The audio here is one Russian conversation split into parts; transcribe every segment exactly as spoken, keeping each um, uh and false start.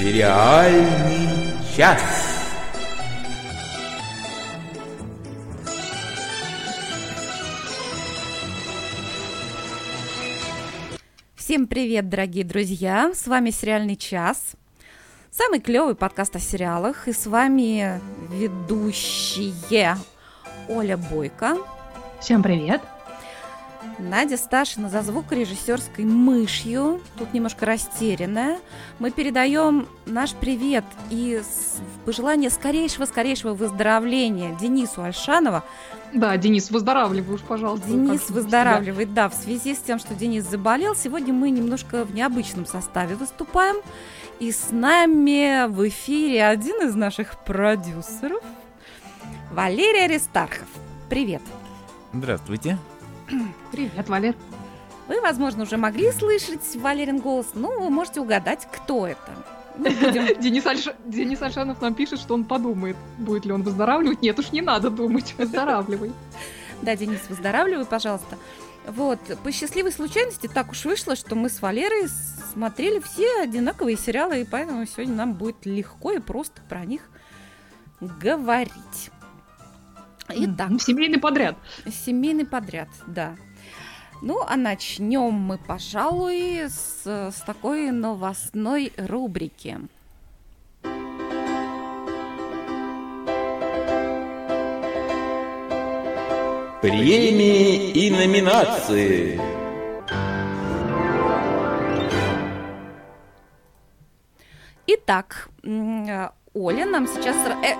Сериальный час. Всем привет, дорогие друзья! С вами «Сериальный час», самый клевый подкаст о сериалах. И с вами ведущие Оля Бойко. Всем привет! Надя Сташина за звукорежиссерской мышью, тут немножко растерянная. Мы передаем наш привет и пожелание скорейшего-скорейшего выздоровления Денису Ольшанова. Да, Денис, выздоравливай уж, пожалуйста. Денис выздоравливает, да, в связи с тем, что Денис заболел. Сегодня мы немножко в необычном составе выступаем. И с нами в эфире один из наших продюсеров, Валерий Аристархов. Привет. Здравствуйте. Привет, Валер. Вы, возможно, уже могли слышать Валерин голос, но вы можете угадать, кто это. Будем... Денис, Альш... Денис Альшанов нам пишет, что он подумает, будет ли он выздоравливать. Нет уж, не надо думать, выздоравливай. Да, Денис, выздоравливай, пожалуйста. Вот, по счастливой случайности так уж вышло, что мы с Валерой смотрели все одинаковые сериалы, и поэтому сегодня нам будет легко и просто про них говорить. Итак, семейный подряд. Семейный подряд, да. Ну, а начнем мы, пожалуй, с, с такой новостной рубрики. Премии и номинации. Итак, Оля нам сейчас...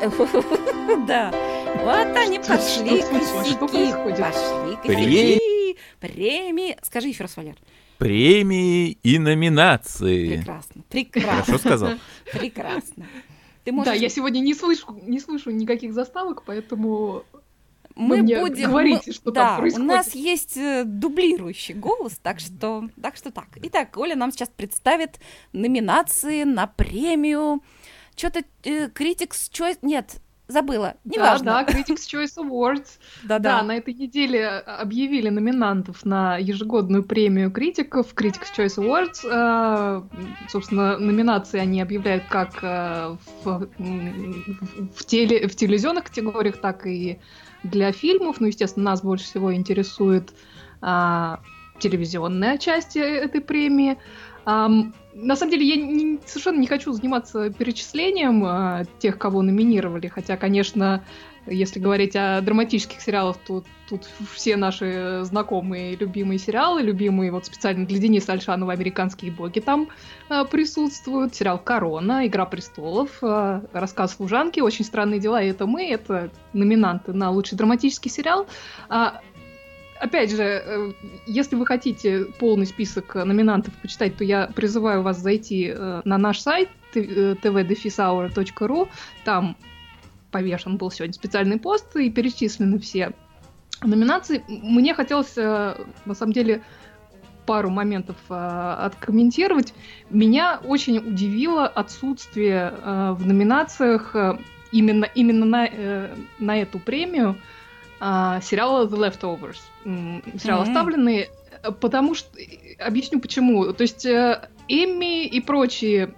Да, вот они пошли косяки. Пошли косяки. Премии... Скажи еще раз, Валер. Премии и номинации. Прекрасно, прекрасно. Хорошо сказал? Прекрасно. Да, я сегодня не слышу, не слышу никаких заставок, поэтому... Мы мне будем... говорите, что да, там происходит. У нас есть дублирующий голос, так что, так что так. Итак, Оля нам сейчас представит номинации на премию. Что-то э, Critics' Choice... Нет, забыла, неважно. Да, да, Critics' Choice Awards. Да, да, на этой неделе объявили номинантов на ежегодную премию критиков Critics' Choice Awards. Э, собственно, номинации они объявляют как э, в, в, теле, в телевизионных категориях, так и для фильмов. Ну, естественно, нас больше всего интересует а, телевизионная часть этой премии. А, на самом деле, я не, совершенно не хочу заниматься перечислением а, тех, кого номинировали. Хотя, конечно, если говорить о драматических сериалах, то тут все наши знакомые любимые сериалы, любимые вот специально для Дениса Альшанова «Американские боги» там а, присутствуют. Сериал «Корона», «Игра престолов», а, «Рассказ служанки», «Очень странные дела», и это мы, это номинанты на лучший драматический сериал. А, опять же, если вы хотите полный список номинантов почитать, то я призываю вас зайти на наш сайт ти ви дефис ауэр точка ру. Там повешен был сегодня специальный пост и перечислены все номинации. Мне хотелось, на самом деле, пару моментов откомментировать. Меня очень удивило отсутствие в номинациях именно, именно на, на эту премию сериала The Leftovers. Сериал mm-hmm. «Оставленные», потому что... Объясню, почему. То есть Эмми и прочие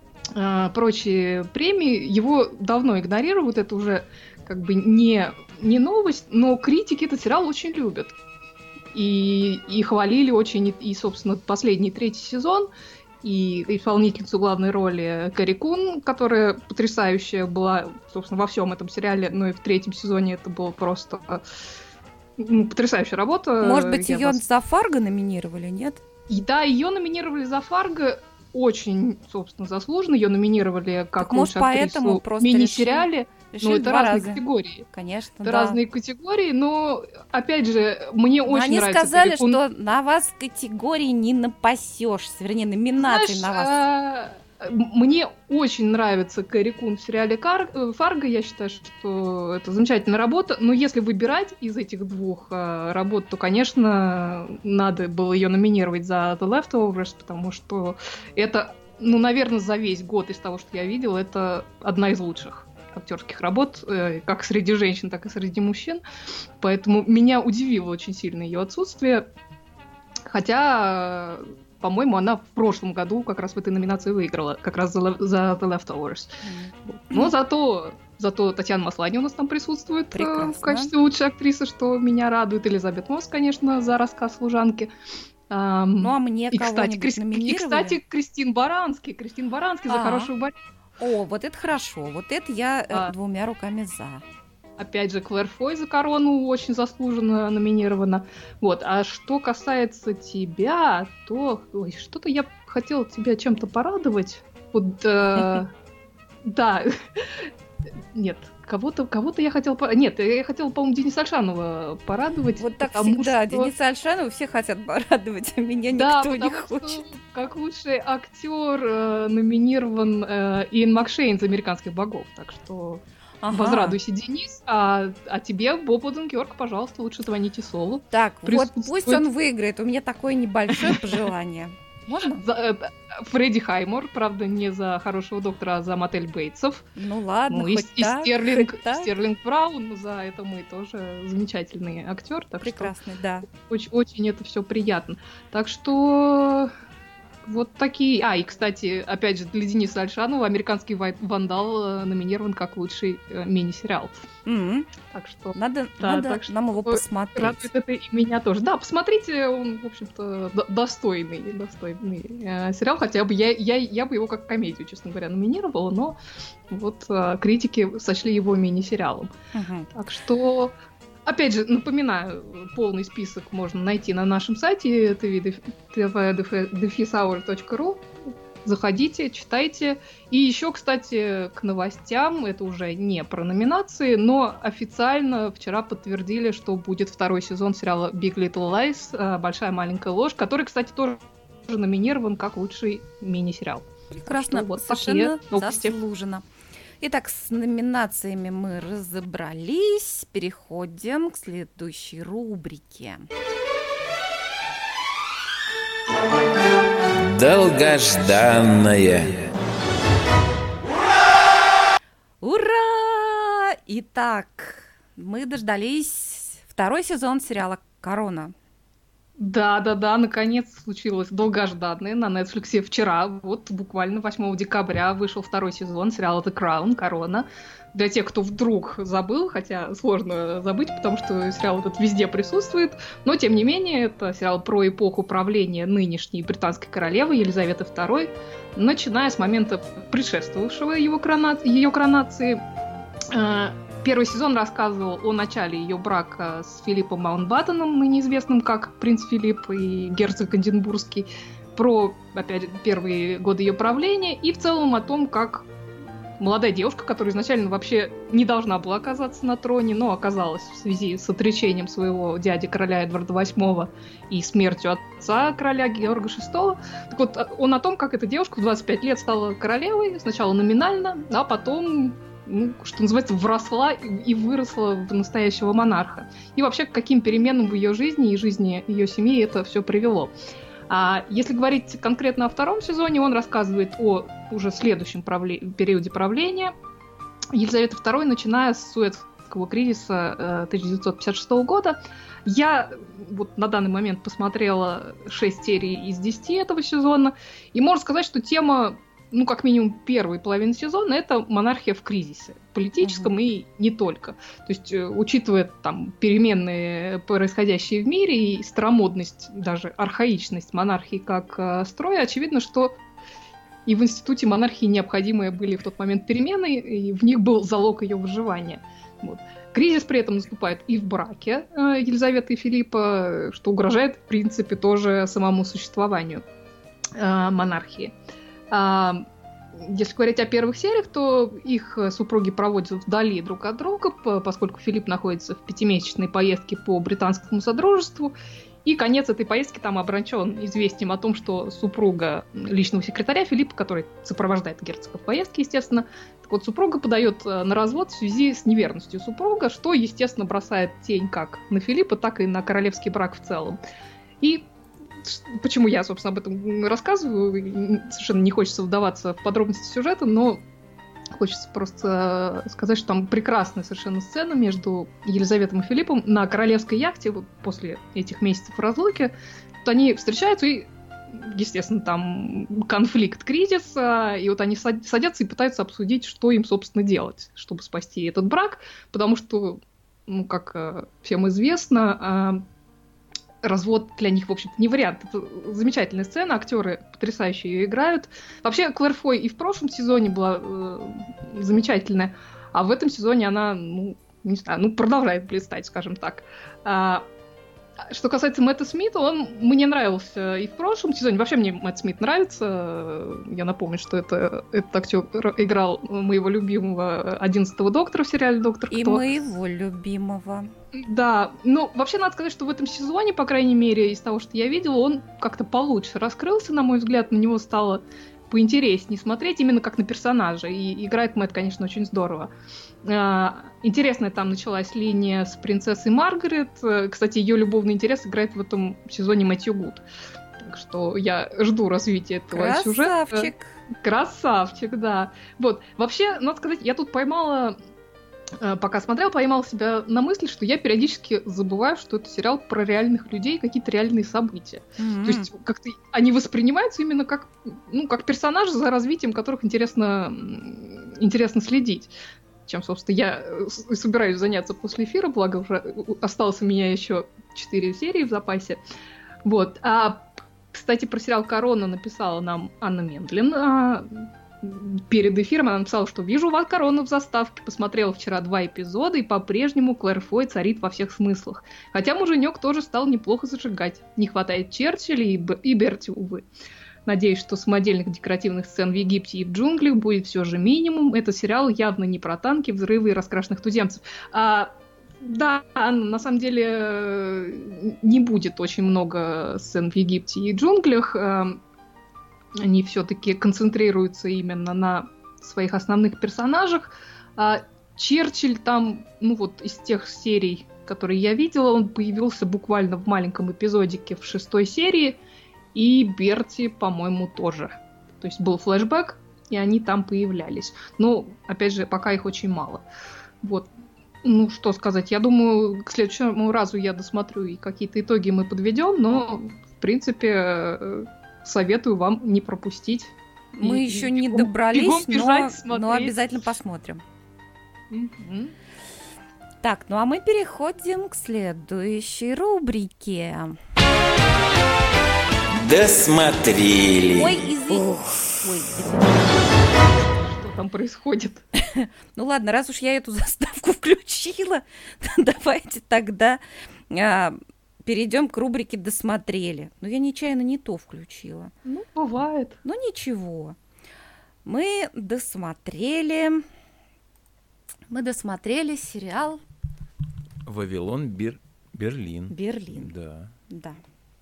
прочие премии его давно игнорируют, это уже как бы не, не новость, но критики этот сериал очень любят. И, и хвалили очень, и, собственно, последний третий сезон, и исполнительницу главной роли Кэрри Кун, которая потрясающая была, собственно, во всем этом сериале, но и в третьем сезоне это было просто ну, потрясающая работа. Может быть, ее вас... за Фарго номинировали, нет? И да, ее номинировали за Фарго. Очень, собственно, заслуженно. Ее номинировали как лучшую актрису в мини-сериале. Решили но это разные раза. категории. Конечно, это да. разные категории, но, опять же, мне но очень они нравится... Они сказали, Кэрри Кун... что на вас категории не напасешься, вернее, номинаций на вас. А... Мне очень нравится Кэрри Кун в сериале Кар... «Фарго». Я считаю, что это замечательная работа. Но если выбирать из этих двух э, работ, то, конечно, надо было ее номинировать за The Leftovers, потому что это, ну, наверное, за весь год из того, что я видела, это одна из лучших актерских работ, э, как среди женщин, так и среди мужчин. Поэтому меня удивило очень сильно ее отсутствие. Хотя... по-моему, она в прошлом году как раз в этой номинации выиграла, как раз за, за The Leftovers. Mm-hmm. Но зато, зато Татьяна Маслани у нас там присутствует Прекрасно. в качестве лучшей актрисы, что меня радует. Элизабет Мосс, конечно, за рассказ «Служанки». Um, ну, а мне и, кстати, Крист... и, кстати, Кристин Барански. Кристин Барански за хорошую борьбу. О, вот это хорошо. Вот это я а. двумя руками за. Опять же, Клэр Фой за «Корону» очень заслуженно номинирована. Вот. А что касается тебя, то... Ой, что-то я хотела тебя чем-то порадовать. Вот, э... да. Нет, кого-то, кого-то я хотела... Нет, я хотела, по-моему, Дениса Альшанова порадовать. Вот так всегда. Что... Дениса Альшанова все хотят порадовать, а меня да, никто не хочет. Как лучший актер э, номинирован э, Иэн Макшейн за «Американских богов». Так что... Ага. Возрадуйся, Денис, а, а тебе, Боб Оденгёрк, пожалуйста, лучше звоните Солу. Так, вот пусть он выиграет, у меня такое небольшое пожелание. Можно? За, э, Фредди Хаймор, правда, не за «Хорошего доктора», а за «Мотель Бейтсов». Ну ладно, ну, хоть и, так, и Стерлинг, хоть так. Стерлинг Браун, за это мы тоже замечательный актер. Так Прекрасный, что да. Очень, очень это все приятно. Так что... Вот такие... А, и, кстати, опять же, для Дениса Альшанова «Американский вандал» номинирован как лучший э, мини-сериал. Mm-hmm. Так что... Надо, да, надо так что нам его посмотреть. Радует это и меня тоже. Да, посмотрите, он, в общем-то, д- достойный, достойный э, сериал. Хотя бы я, я, я бы его как комедию, честно говоря, номинировала, но вот э, критики сочли его мини-сериалом. Mm-hmm. Так что... Опять же, напоминаю, полный список можно найти на нашем сайте ти ви дефис ауэр точка ру. Заходите, читайте. И еще, кстати, к новостям, это уже не про номинации, но официально вчера подтвердили, что будет второй сезон сериала Big Little Lies, «Большая маленькая ложь», который, кстати, тоже номинирован как лучший мини-сериал. Прекрасно, вот совершенно заслуженно. Итак, с номинациями мы разобрались. Переходим к следующей рубрике. Долгожданная. Ура! Итак, мы дождались второй сезон сериала «Корона». Да-да-да, наконец случилось долгожданное на Netflix вчера. Вот буквально восьмого декабря вышел второй сезон сериала The Crown, «Корона». Для тех, кто вдруг забыл, хотя сложно забыть, потому что сериал этот везде присутствует, но тем не менее это сериал про эпоху правления нынешней британской королевы Елизаветы второй, начиная с момента предшествовавшего его корона... ее коронации. Первый сезон рассказывал о начале ее брака с Филиппом Маунтбаттеном, ныне известным как принц Филипп и герцог Эдинбургский, про, опять же, первые годы ее правления и в целом о том, как молодая девушка, которая изначально вообще не должна была оказаться на троне, но оказалась в связи с отречением своего дяди короля Эдварда восьмого и смертью отца короля Георга шестого. Так вот, он о том, как эта девушка в двадцать пять лет стала королевой, сначала номинально, а потом... ну, что называется, вросла и выросла в настоящего монарха. И вообще, к каким переменам в ее жизни и жизни ее семьи это все привело. А если говорить конкретно о втором сезоне, он рассказывает о уже следующем правле... периоде правления Елизаветы второй, начиная с Суэцкого кризиса тысяча девятьсот пятьдесят шестого года. Я вот на данный момент посмотрела шесть серий из десяти этого сезона, и можно сказать, что тема, ну, как минимум, первой половины сезона — это монархия в кризисе, политическом mm-hmm. и не только. То есть, учитывая там переменные, происходящие в мире, и старомодность, даже архаичность монархии как э, строя, очевидно, что и в институте монархии необходимые были в тот момент перемены, и в них был залог ее выживания. Вот. Кризис при этом наступает и в браке э, Елизаветы и Филиппа, что угрожает, в принципе, тоже самому существованию э, монархии. Если говорить о первых сериях, то их супруги проводят вдали друг от друга, поскольку Филипп находится в пятимесячной поездке по британскому содружеству, и конец этой поездки там обращен известием о том, что супруга личного секретаря Филиппа, который сопровождает герцога в поездке, естественно, так вот, супруга подает на развод в связи с неверностью супруга, что, естественно, бросает тень как на Филиппа, так и на королевский брак в целом. И почему я, собственно, об этом рассказываю, совершенно не хочется вдаваться в подробности сюжета, но хочется просто сказать, что там прекрасная совершенно сцена между Елизаветой и Филиппом на королевской яхте вот после этих месяцев разлуки. Вот они встречаются, и естественно, там конфликт, кризис, и вот они садятся и пытаются обсудить, что им, собственно, делать, чтобы спасти этот брак, потому что, ну, как всем известно, развод для них, в общем-то, не вариант. Это замечательная сцена, актеры потрясающе ее играют. Вообще, Клэр Фой и в прошлом сезоне была э, замечательная, а в этом сезоне она, ну, не знаю, ну, продолжает блистать, скажем так. А, что касается Мэтта Смита, он мне нравился и в прошлом сезоне. Вообще мне Мэтт Смит нравится. Я напомню, что это, этот актер играл моего любимого одиннадцатого доктора в сериале «Доктор Кто». И моего любимого. Да, ну, вообще надо сказать, что в этом сезоне, по крайней мере, из того, что я видела, он как-то получше раскрылся, на мой взгляд, на него стало поинтереснее смотреть, именно как на персонажа, и играет Мэтт, конечно, очень здорово. Интересная там началась линия с принцессой Маргарет, кстати, ее любовный интерес играет в этом сезоне Мэтью Гуд, так что я жду развития этого Красавчик. сюжета. Красавчик! Красавчик, да. Вот, вообще, надо сказать, я тут поймала... Пока смотрела, поймала себя на мысли, что я периодически забываю, что это сериал про реальных людей, какие-то реальные события. Mm-hmm. То есть как-то они воспринимаются именно как, ну, как персонажи, за развитием которых интересно, интересно следить. Чем, собственно, я собираюсь заняться после эфира, благо уже осталось у меня еще четыре серии в запасе. Вот. А, кстати, про сериал «Корона» написала нам Анна Мендлин. Перед эфиром она написала, что «Вижу у вас корону в заставке, посмотрела вчера два эпизода, и по-прежнему Клэр Фой царит во всех смыслах. Хотя муженек тоже стал неплохо зажигать. Не хватает Черчилля и, Б- и Берти, увы. Надеюсь, что самодельных декоративных сцен в Египте и в джунглях будет все же минимум. Этот сериал явно не про танки, взрывы и раскрашенных туземцев». А, да, на самом деле не будет очень много сцен в Египте и джунглях. Они все-таки концентрируются именно на своих основных персонажах. А Черчилль там, ну вот из тех серий, которые я видела, он появился буквально в маленьком эпизодике в шестой серии, и Берти, по-моему, тоже. То есть был флешбэк, и они там появлялись. Но, опять же, пока их очень мало. Вот. Ну, что сказать, я думаю, к следующему разу я досмотрю, и какие-то итоги мы подведем, но, в принципе... Советую вам не пропустить. Мы и, еще и не бегом, добрались, бегом бежать, но, но обязательно посмотрим. Mm-hmm. Так, ну а мы переходим к следующей рубрике. Досмотрели. Ой, извини. Ой, что там происходит? Ну ладно, раз уж я эту заставку включила, давайте тогда... перейдем к рубрике «Досмотрели». Но я нечаянно не то включила. Ну, бывает. Ну, ничего. Мы досмотрели... Мы досмотрели сериал... «Вавилон Бер... Берлин». Берлин. Да. Да.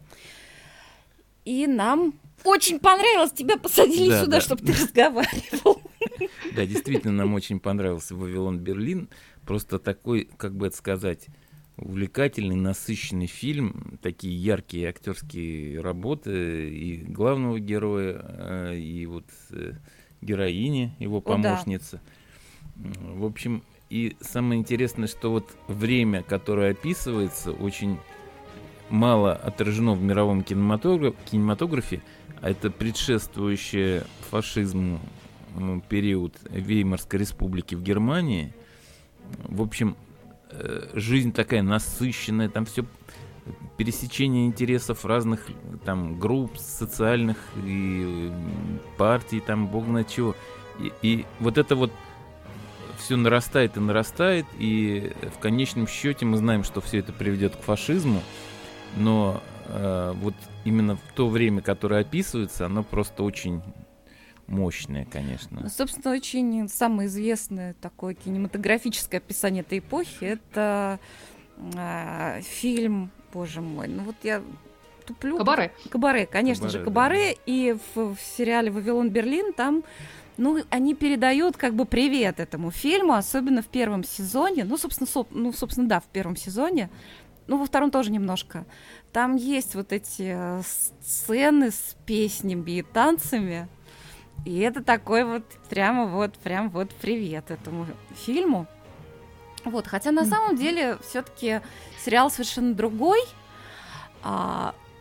И нам очень понравилось. Тебя посадили да, сюда, да. чтобы ты разговаривал. Да, действительно, нам очень понравился «Вавилон Берлин». Просто такой, как бы это сказать... увлекательный, насыщенный фильм, такие яркие актерские работы и главного героя, и вот героини, его помощницы. О, да. В общем, и самое интересное, что вот время, которое описывается, очень мало отражено в мировом кинематографе, кинематографе, а это предшествующий фашизму период Веймарской республики в Германии. В общем, жизнь такая насыщенная, там все пересечение интересов разных там групп социальных и партий, там бог знает чего. И, и вот это вот все нарастает и нарастает, и в конечном счете мы знаем, что все это приведет к фашизму, но э, вот именно в то время, которое описывается, оно просто очень мощное, конечно. Ну, собственно, очень самое известное такое кинематографическое описание этой эпохи — это э, фильм, боже мой, ну вот я туплю. «Кабаре». «Кабаре», конечно «Кабаре», же, «Кабаре», да. И в, в сериале «Вавилон Берлин» там, ну, они передают как бы привет этому фильму, особенно в первом сезоне, ну, собственно, соп, ну, собственно, да, в первом сезоне, ну, во втором тоже немножко. Там есть вот эти сцены с песнями и танцами. И это такой вот прямо вот, прям вот привет этому фильму. Вот, хотя на mm-hmm. самом деле все-таки сериал совершенно другой. А,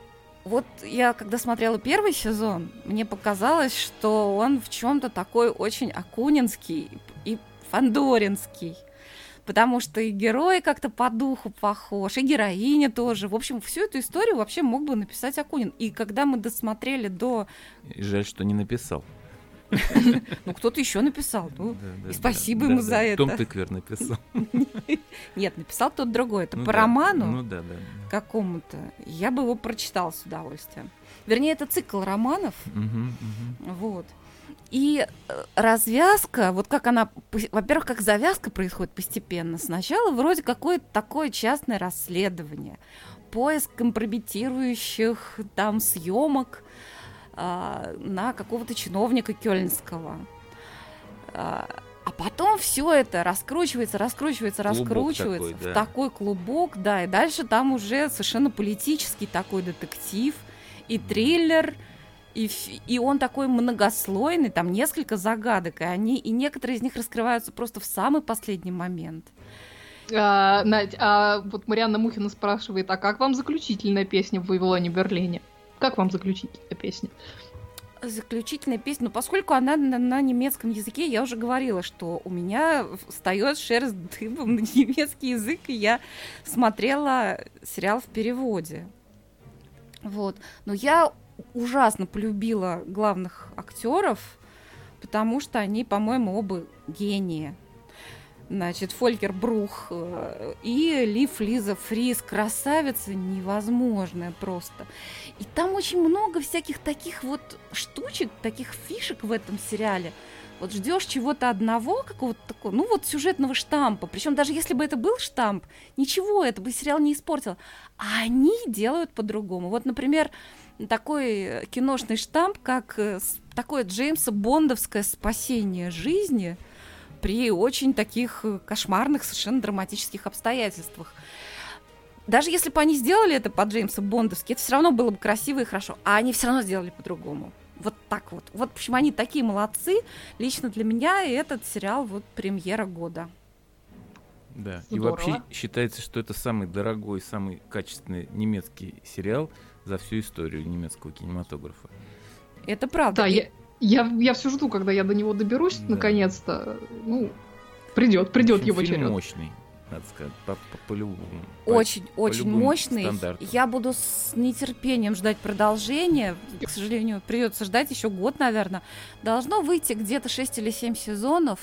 вот я, когда смотрела первый сезон, мне показалось, что он в чем-то такой очень акунинский и фандоринский. Потому что и герой как-то по духу похож, и героиня тоже. В общем, всю эту историю вообще мог бы написать Акунин. И когда мы досмотрели до... И жаль, что не написал. Ну, кто-то еще написал. Ну, и спасибо ему за это. Том Тыквер написал. Нет, написал тот другой. Это по роману ну, да, да. какому-то. Я бы его прочитала с удовольствием. Вернее, это цикл романов. Вот. И развязка, вот как она, во-первых, как завязка происходит постепенно. Сначала вроде какое-то такое частное расследование, поиск компрометирующих там съемок а, на какого-то чиновника кёльнского. А, а потом все это раскручивается, раскручивается, клубок раскручивается такой, в да. такой клубок, да, и дальше там уже совершенно политический такой детектив и триллер. И, и он такой многослойный, там несколько загадок, и, они, и некоторые из них раскрываются просто в самый последний момент. А, Надь, а вот Марианна Мухина спрашивает, а как вам заключительная песня в «Вавилоне Берлине»? Как вам заключительная песня? Заключительная песня, ну поскольку она на, на немецком языке, я уже говорила, что у меня встает шерсть дыбом на немецкий язык, и я смотрела сериал в переводе. Вот. Но я ужасно полюбила главных актеров, потому что они, по-моему, оба гении. Значит, Фолькер Брух и Лив Лиза Фрис, красавица невозможная просто. И там очень много всяких таких вот штучек, таких фишек в этом сериале. Вот ждешь чего-то одного, какого-то такого, ну вот сюжетного штампа. Причем даже если бы это был штамп, ничего, это бы сериал не испортил. А они делают по-другому. Вот, например, такой киношный штамп, как такое Джеймса Бондовское спасение жизни при очень таких кошмарных, совершенно драматических обстоятельствах. Даже если бы они сделали это по Джеймсу Бондовски, это все равно было бы красиво и хорошо. А они все равно сделали по-другому. Вот так вот. Вот, в общем, они такие молодцы. Лично для меня этот сериал вот премьера года. Да, здорово. И вообще считается, что это самый дорогой, самый качественный немецкий сериал за всю историю немецкого кинематографа. Это правда. Да, и... я, я, я все жду, когда я до него доберусь, да. наконец-то. Ну, придет, придет его черед. Мощный, надо сказать, по, по, по любому. Очень, по, очень по мощный. Стандартам. Я буду с нетерпением ждать продолжения. К сожалению, придется ждать еще год, наверное. Должно выйти где-то шесть или семь сезонов.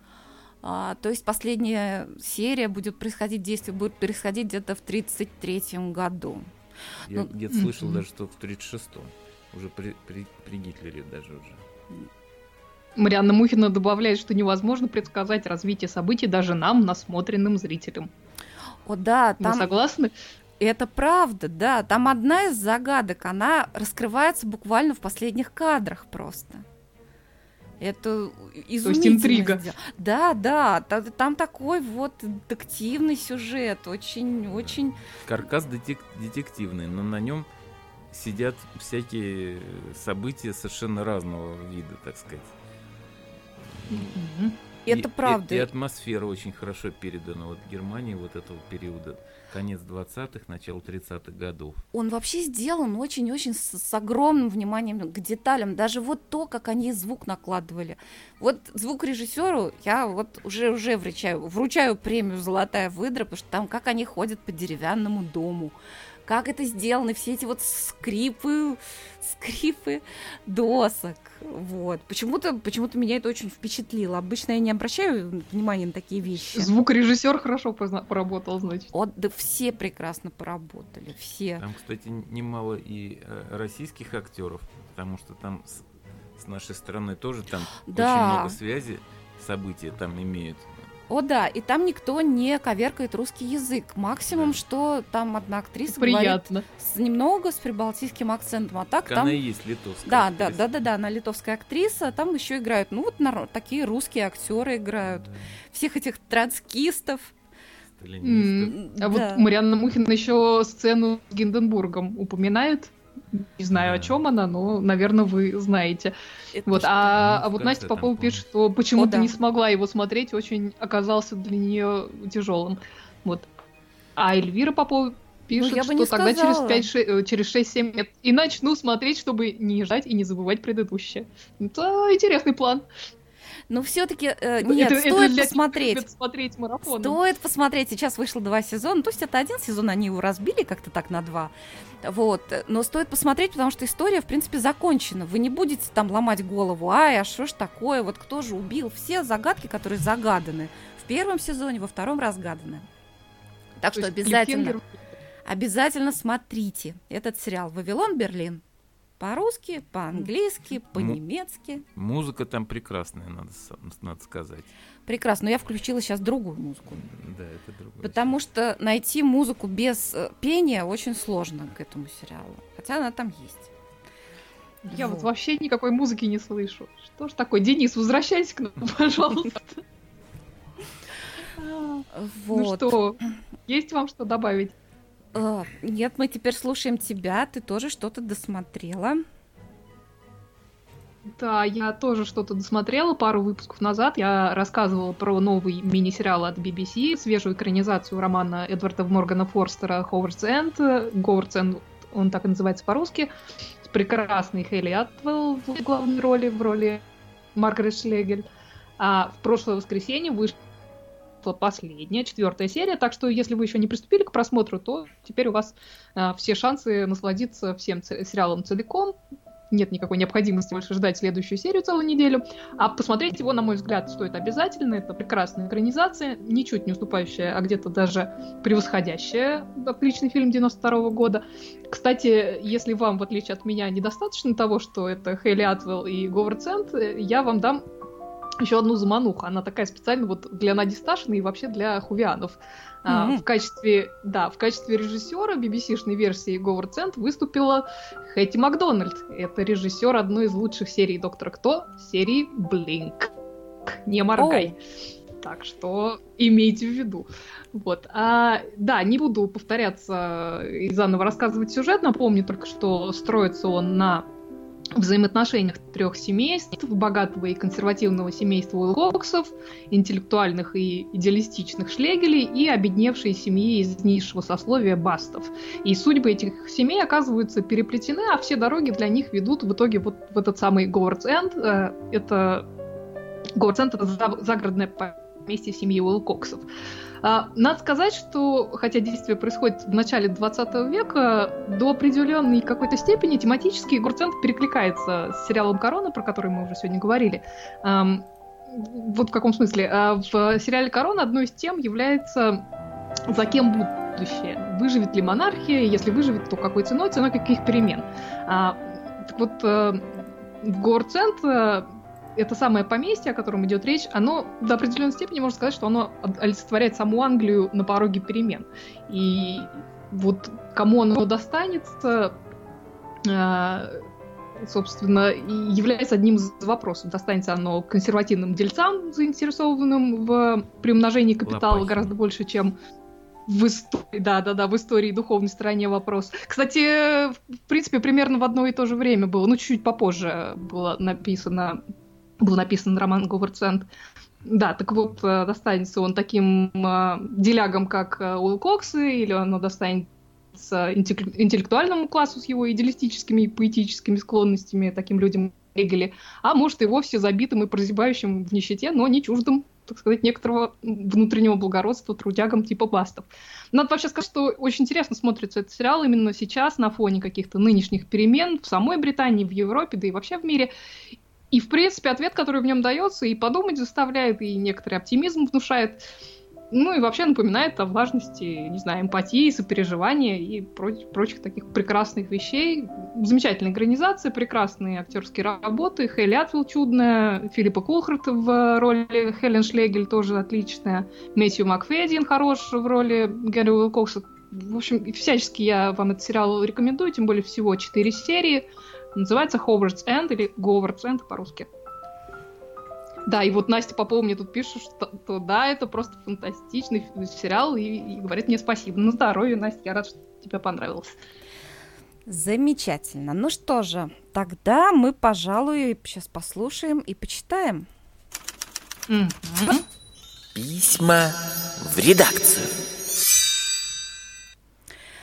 А, то есть последняя серия будет происходить, действие будет происходить где-то в тридцать третьем году. Я ну, где-то слышал даже, что в тридцать шестом. Уже при, при, при Гитлере даже уже. Марианна Мухина добавляет, что невозможно предсказать развитие событий даже нам, насмотренным зрителям. О, да, там... Вы согласны? Это правда, да. Там одна из загадок, она раскрывается буквально в последних кадрах просто. Это изумительно. То есть интрига. Да, да, там такой вот детективный сюжет, очень, очень... Каркас детек- детективный, но на нем сидят всякие события совершенно разного вида, так сказать. Mm-hmm. Это и, правда. И, и атмосфера очень хорошо передана вот в Германии вот этого периода, конец двадцатых, начало тридцатых годов. Он вообще сделан очень-очень с, с огромным вниманием к деталям. Даже вот то, как они звук накладывали. Вот звукорежиссеру я вот уже, уже вручаю, вручаю премию «Золотая выдра», потому что там как они ходят по деревянному дому. Как это сделано, все эти вот скрипы, скрипы досок, вот. Почему-то, почему-то меня это очень впечатлило. Обычно я не обращаю внимания на такие вещи. Звукорежиссер хорошо позна- поработал, значит. О, да все прекрасно поработали, все. Там, кстати, немало и э, российских актеров, потому что там с, с нашей стороны тоже там да. очень много связи, события там имеют. О, да, и там никто не коверкает русский язык. Максимум, да. что там одна актриса Приятно. говорит с, немного с прибалтийским акцентом. А так так там... Она и есть литовская да, актриса. Да, да, да, да, она литовская актриса. Там еще играют, ну вот нар... такие русские актеры играют. Да. Всех этих троцкистов. Mm. А да. вот Марианна Мухина еще сцену с Гинденбургом упоминает. Не знаю, да. о чем она, но, наверное, вы знаете. Это вот, а, а вот Настя Попова пишет, что почему-то да. не смогла его смотреть, очень оказался для нее тяжелым. Вот. А Эльвира Попова пишет, ну, я бы что не тогда через, сказала. пять, через шесть-семь лет и начну смотреть, чтобы не ждать и не забывать предыдущее. Это интересный план. Но все-таки э, нет, это, стоит это для посмотреть. Тех, смотреть марафоном. Стоит посмотреть. Сейчас вышло два сезона. То есть это один сезон, они его разбили как-то так на два. Вот. Но стоит посмотреть, потому что история, в принципе, закончена. Вы не будете там ломать голову. Ай, а что ж такое? Вот кто же убил? Все загадки, которые загаданы в первом сезоне, во втором разгаданы. Так То что обязательно, обязательно смотрите этот сериал «Вавилон Берлин». По-русски, по-английски, по-немецки. Музыка там прекрасная, надо, надо сказать. Прекрасно. Но я включила сейчас другую музыку. Да, это другое. Потому что найти музыку без э, пения очень сложно к этому сериалу. Хотя она там есть. Я вот, вот вообще никакой музыки не слышу. Что ж такое? Денис, возвращайся к нам, пожалуйста. Ну что, есть вам что добавить? Uh, нет, мы теперь слушаем тебя. Ты тоже что-то досмотрела. Да, я тоже что-то досмотрела пару выпусков назад. Я рассказывала про новый мини-сериал от би би си, свежую экранизацию романа Эдварда Моргана Форстера «Ховардс Энд». «Говардс Энд», он так и называется по-русски. С прекрасной Хейли Атвелл в главной роли, в роли Маргарет Шлегель. А в прошлое воскресенье вышел последняя, четвертая серия, так что если вы еще не приступили к просмотру, то теперь у вас а, все шансы насладиться всем ц- сериалом целиком. Нет никакой необходимости больше ждать следующую серию целую неделю. А посмотреть его, на мой взгляд, стоит обязательно. Это прекрасная экранизация, ничуть не уступающая, а где-то даже превосходящая отличный фильм девяносто второго года. Кстати, если вам, в отличие от меня, недостаточно того, что это Хейли Атвелл и Говард Энд, я вам дам еще одну замануху. Она такая специально вот для Нади Сташиной и вообще для хувианов. Mm-hmm. А, в качестве, да, в качестве режиссера би би си-шной версии Говард Энд выступила Хэти Макдональд. Это режиссер одной из лучших серий «Доктора Кто», серии «Блинк». Не моргай. Oh. Так что имейте в виду. Вот. А, да, не буду повторяться и заново рассказывать сюжет. Напомню только, что строится он на взаимоотношениях трех семейств: богатого и консервативного семейства Уилкоксов, интеллектуальных и идеалистичных Шлегелей и обедневшей семьи из низшего сословия Бастов. И судьбы этих семей оказываются переплетены, а все дороги для них ведут в итоге вот в этот самый Говардс Энд. Это Говардс Энд — это загородное поместье семьи Уилкоксов. Надо сказать, что, хотя действие происходит в начале двадцатого века, до определенной какой-то степени тематически Говардс Энд перекликается с сериалом «Корона», про который мы уже сегодня говорили. Вот в каком смысле? В сериале «Корона» одной из тем является «За кем будущее?». Выживет ли монархия? Если выживет, то какой ценой? Ценой каких перемен? Так вот, в Говардс Энд это самое поместье, о котором идет речь, оно до определенной степени, можно сказать, что оно олицетворяет саму Англию на пороге перемен. И вот кому оно достанется, собственно, является одним из вопросов. Достанется оно консервативным дельцам, заинтересованным в приумножении капитала Лопахи. Гораздо больше, чем в истории, да, да, да, в истории и духовной стороне вопрос. Кстати, в принципе, примерно в одно и то же время было, ну, чуть-чуть попозже было написано был написан роман Говардс Энд. Да, так вот, достанется он таким э, делягам, как Уилкоксы, или оно достанется интеллектуальному классу с его идеалистическими и поэтическими склонностями, таким людям Шлегели, а может и вовсе забитым и прозябающим в нищете, но не чуждым, так сказать, некоторого внутреннего благородства трудягам типа Бастов. Надо вообще сказать, что очень интересно смотрится этот сериал именно сейчас, на фоне каких-то нынешних перемен в самой Британии, в Европе, да и вообще в мире. И, в принципе, ответ, который в нем дается, и подумать заставляет, и некоторый оптимизм внушает. Ну и вообще напоминает о важности, не знаю, эмпатии, сопереживания и прочих, прочих таких прекрасных вещей. Замечательная экранизация, прекрасные актерские работы. Хейли Атвелл чудная, Филиппа Кулхарт в роли Хелен Шлегель тоже отличная, Мэтью Макфедин хорош в роли Гэри Уилкокса. В общем, всячески я вам этот сериал рекомендую, тем более всего четыре серии. Называется Ховардс Энд или Говардс Энд по-русски. Да, и вот Настя Попова мне тут пишет, что, что да, это просто фантастичный сериал, и, и говорит мне спасибо. На здоровье, Настя, я рада, что тебе понравилось. Замечательно. Ну что же, тогда мы, пожалуй, сейчас послушаем и почитаем. Mm-hmm. Письма в редакцию.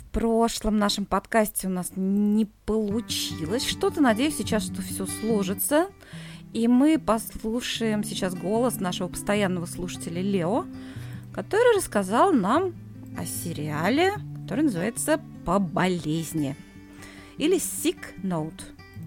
прошлом нашем подкасте у нас не получилось что-то. Надеюсь сейчас, что все сложится. И мы послушаем сейчас голос нашего постоянного слушателя Лео, который рассказал нам о сериале, который называется «По болезни» или «Sick Note».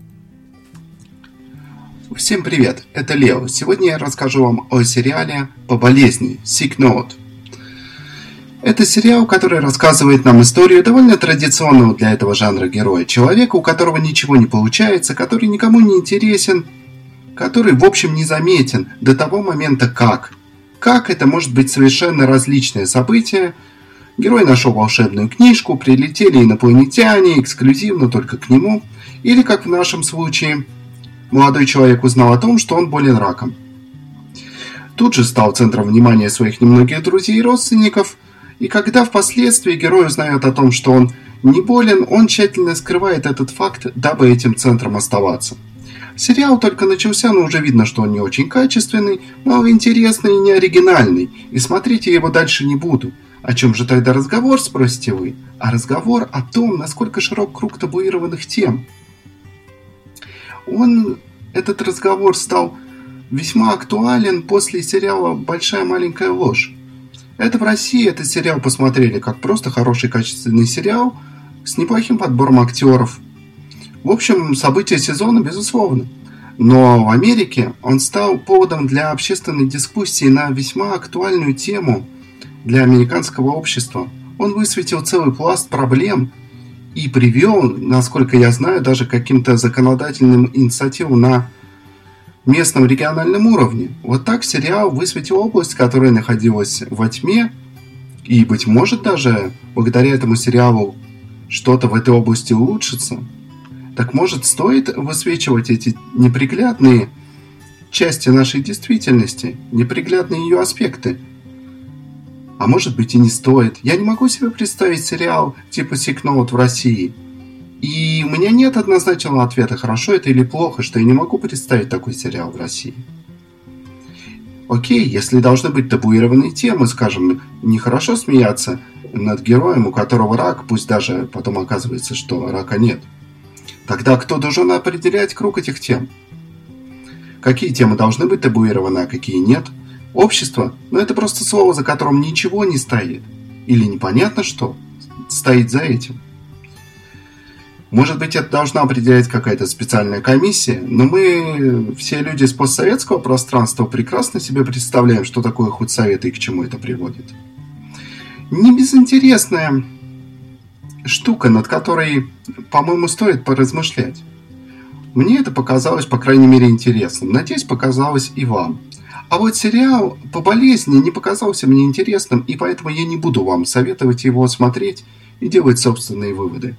Всем привет, это Лео. Сегодня я расскажу вам о сериале «По болезни» Sick Note. Это сериал, который рассказывает нам историю довольно традиционного для этого жанра героя. Человека, у которого ничего не получается, который никому не интересен, который, в общем, незаметен до того момента, как. Как это может быть совершенно различное событие. Герой нашел волшебную книжку, прилетели инопланетяне, эксклюзивно только к нему. Или, как в нашем случае, молодой человек узнал о том, что он болен раком. Тут же стал центром внимания своих немногих друзей и родственников. И когда впоследствии герой узнает о том, что он не болен, он тщательно скрывает этот факт, дабы этим центром оставаться. Сериал только начался, но уже видно, что он не очень качественный, малоинтересный и не оригинальный, и смотреть я его дальше не буду. О чем же тогда разговор, спросите вы? А разговор о том, насколько широк круг табуированных тем. Он, этот разговор стал весьма актуален после сериала «Большая маленькая ложь». Это в России этот сериал посмотрели как просто хороший качественный сериал с неплохим подбором актеров. В общем, события сезона, безусловно. Но в Америке он стал поводом для общественной дискуссии на весьма актуальную тему для американского общества. Он высветил целый пласт проблем и привел, насколько я знаю, даже к каким-то законодательным инициативам на местном региональном уровне. Вот так сериал высветил область, которая находилась во тьме, и, быть может, даже благодаря этому сериалу что-то в этой области улучшится. Так может, стоит высвечивать эти неприглядные части нашей действительности, неприглядные ее аспекты? А может быть и не стоит. Я не могу себе представить сериал типа Sick Note в России. И у меня нет однозначного ответа, хорошо это или плохо, что я не могу представить такой сериал в России. Окей, если должны быть табуированные темы, скажем, нехорошо смеяться над героем, у которого рак, пусть даже потом оказывается, что рака нет. Тогда кто должен определять круг этих тем? Какие темы должны быть табуированы, а какие нет? Общество? Ну это просто слово, за которым ничего не стоит. Или непонятно что стоит за этим. Может быть, это должна определять какая-то специальная комиссия, но мы, все люди из постсоветского пространства, прекрасно себе представляем, что такое худсовет и к чему это приводит. Не безинтересная штука, над которой, по-моему, стоит поразмышлять. Мне это показалось, по крайней мере, интересным. Надеюсь, показалось и вам. А вот сериал «По болезни» не показался мне интересным, и поэтому я не буду вам советовать его смотреть и делать собственные выводы.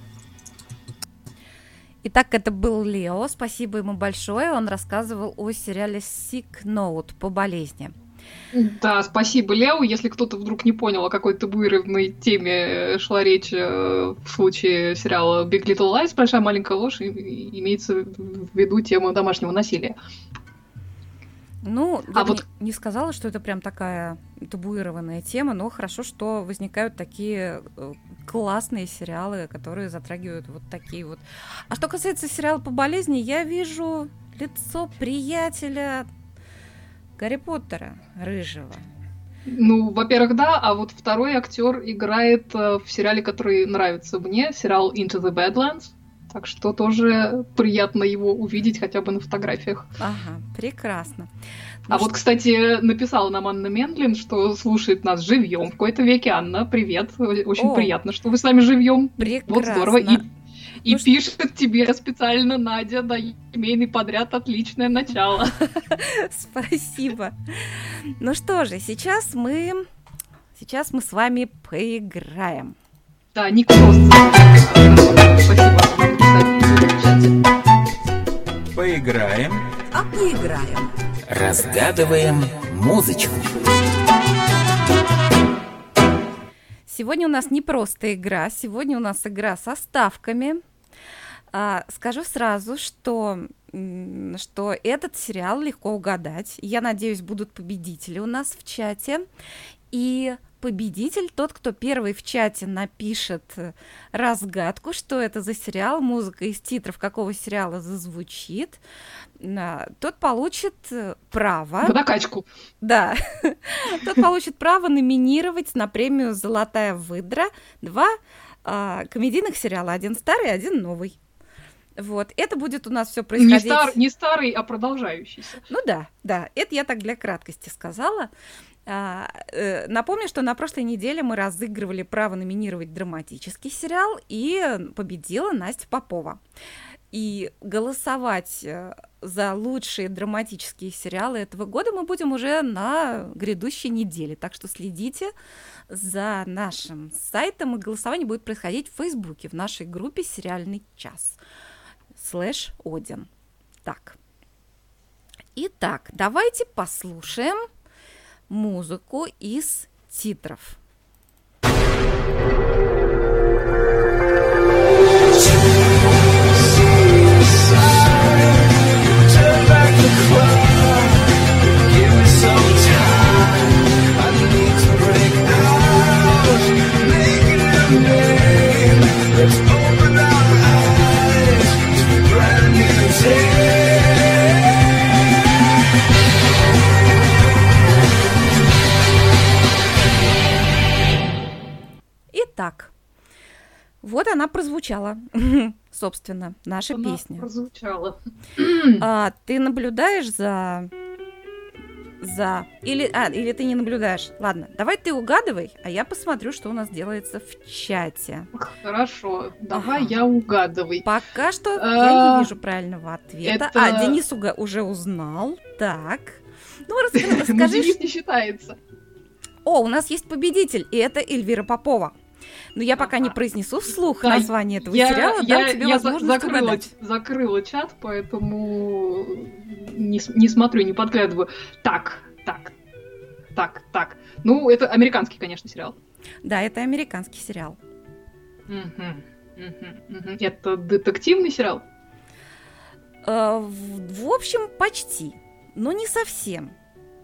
Итак, это был Лео, спасибо ему большое, он рассказывал о сериале Sick Note «По болезни». Да, спасибо, Лео. Если кто-то вдруг не понял, о какой табуированной теме шла речь в случае сериала Big Little Lies, «Большая маленькая ложь», имеется в виду тема домашнего насилия. Ну, я а бы вот... не сказала, что это прям такая табуированная тема, но хорошо, что возникают такие классные сериалы, которые затрагивают вот такие вот. А что касается сериала «По болезни», я вижу лицо приятеля Гарри Поттера, рыжего. Ну, во-первых, да, а вот второй актер играет в сериале, который нравится мне, сериал Into the Badlands. Так что тоже приятно его увидеть хотя бы на фотографиях. Ага, прекрасно. Ну, а что... вот, кстати, написала нам Анна Мендлин, что слушает нас живьем в какой-то веке. Анна, привет. Очень О, приятно, что вы с нами живьем. Прекрасно. Вот здорово. И, и ну, пишет что... тебе специально Надя, да, семейный подряд, отличное начало. Спасибо. Ну что же, сейчас мы, сейчас мы с вами поиграем. Да, не просто. Спасибо. Поиграем. А поиграем. Разгадываем музычку. Сегодня у нас не просто игра, сегодня у нас игра со ставками. А, скажу сразу, что, что этот сериал легко угадать. Я надеюсь, будут победители у нас в чате. И победитель, тот, кто первый в чате напишет разгадку, что это за сериал, музыка из титров какого сериала зазвучит, тот получит право... В накачку. Да. Тот получит право номинировать на премию «Золотая выдра» два а, комедийных сериала. Один старый, один новый. Вот. Это будет у нас все происходить... Не, стар, не старый, а продолжающийся. Ну да, да. Это я так для краткости сказала. А, э, напомню, что на прошлой неделе мы разыгрывали право номинировать драматический сериал, и победила Настя Попова. И голосовать за лучшие драматические сериалы этого года мы будем уже на грядущей неделе. Так что следите за нашим сайтом, и голосование будет происходить в Фейсбуке, в нашей группе «Сериальный час» слэш Один. Так. Итак, давайте послушаем музыку из титров. Итак, вот она прозвучала, собственно, наша она песня. Прозвучала. А, ты наблюдаешь за... за... Или... А, или ты не наблюдаешь. Ладно, давай ты угадывай, а я посмотрю, что у нас делается в чате. Хорошо, давай Ага. я угадывай. Пока что А, я не вижу правильного ответа. это- А, Денис уга- уже узнал. Так. Ну, расскажи, Ну, расскажи, Денис ш- не считается. О, у нас есть победитель, и это Эльвира Попова. Но я пока не Ага. произнесу вслух Да, название этого я, сериала, я, дам тебе я за- возможность закрыла, угадать. закрыла чат, поэтому не, с- не смотрю, не подглядываю. Так, так, так, так. Ну, это американский, конечно, сериал. Да, это американский сериал. Мгм, мгм, мгм. Это детективный сериал? Э, в, в общем, почти, но не совсем.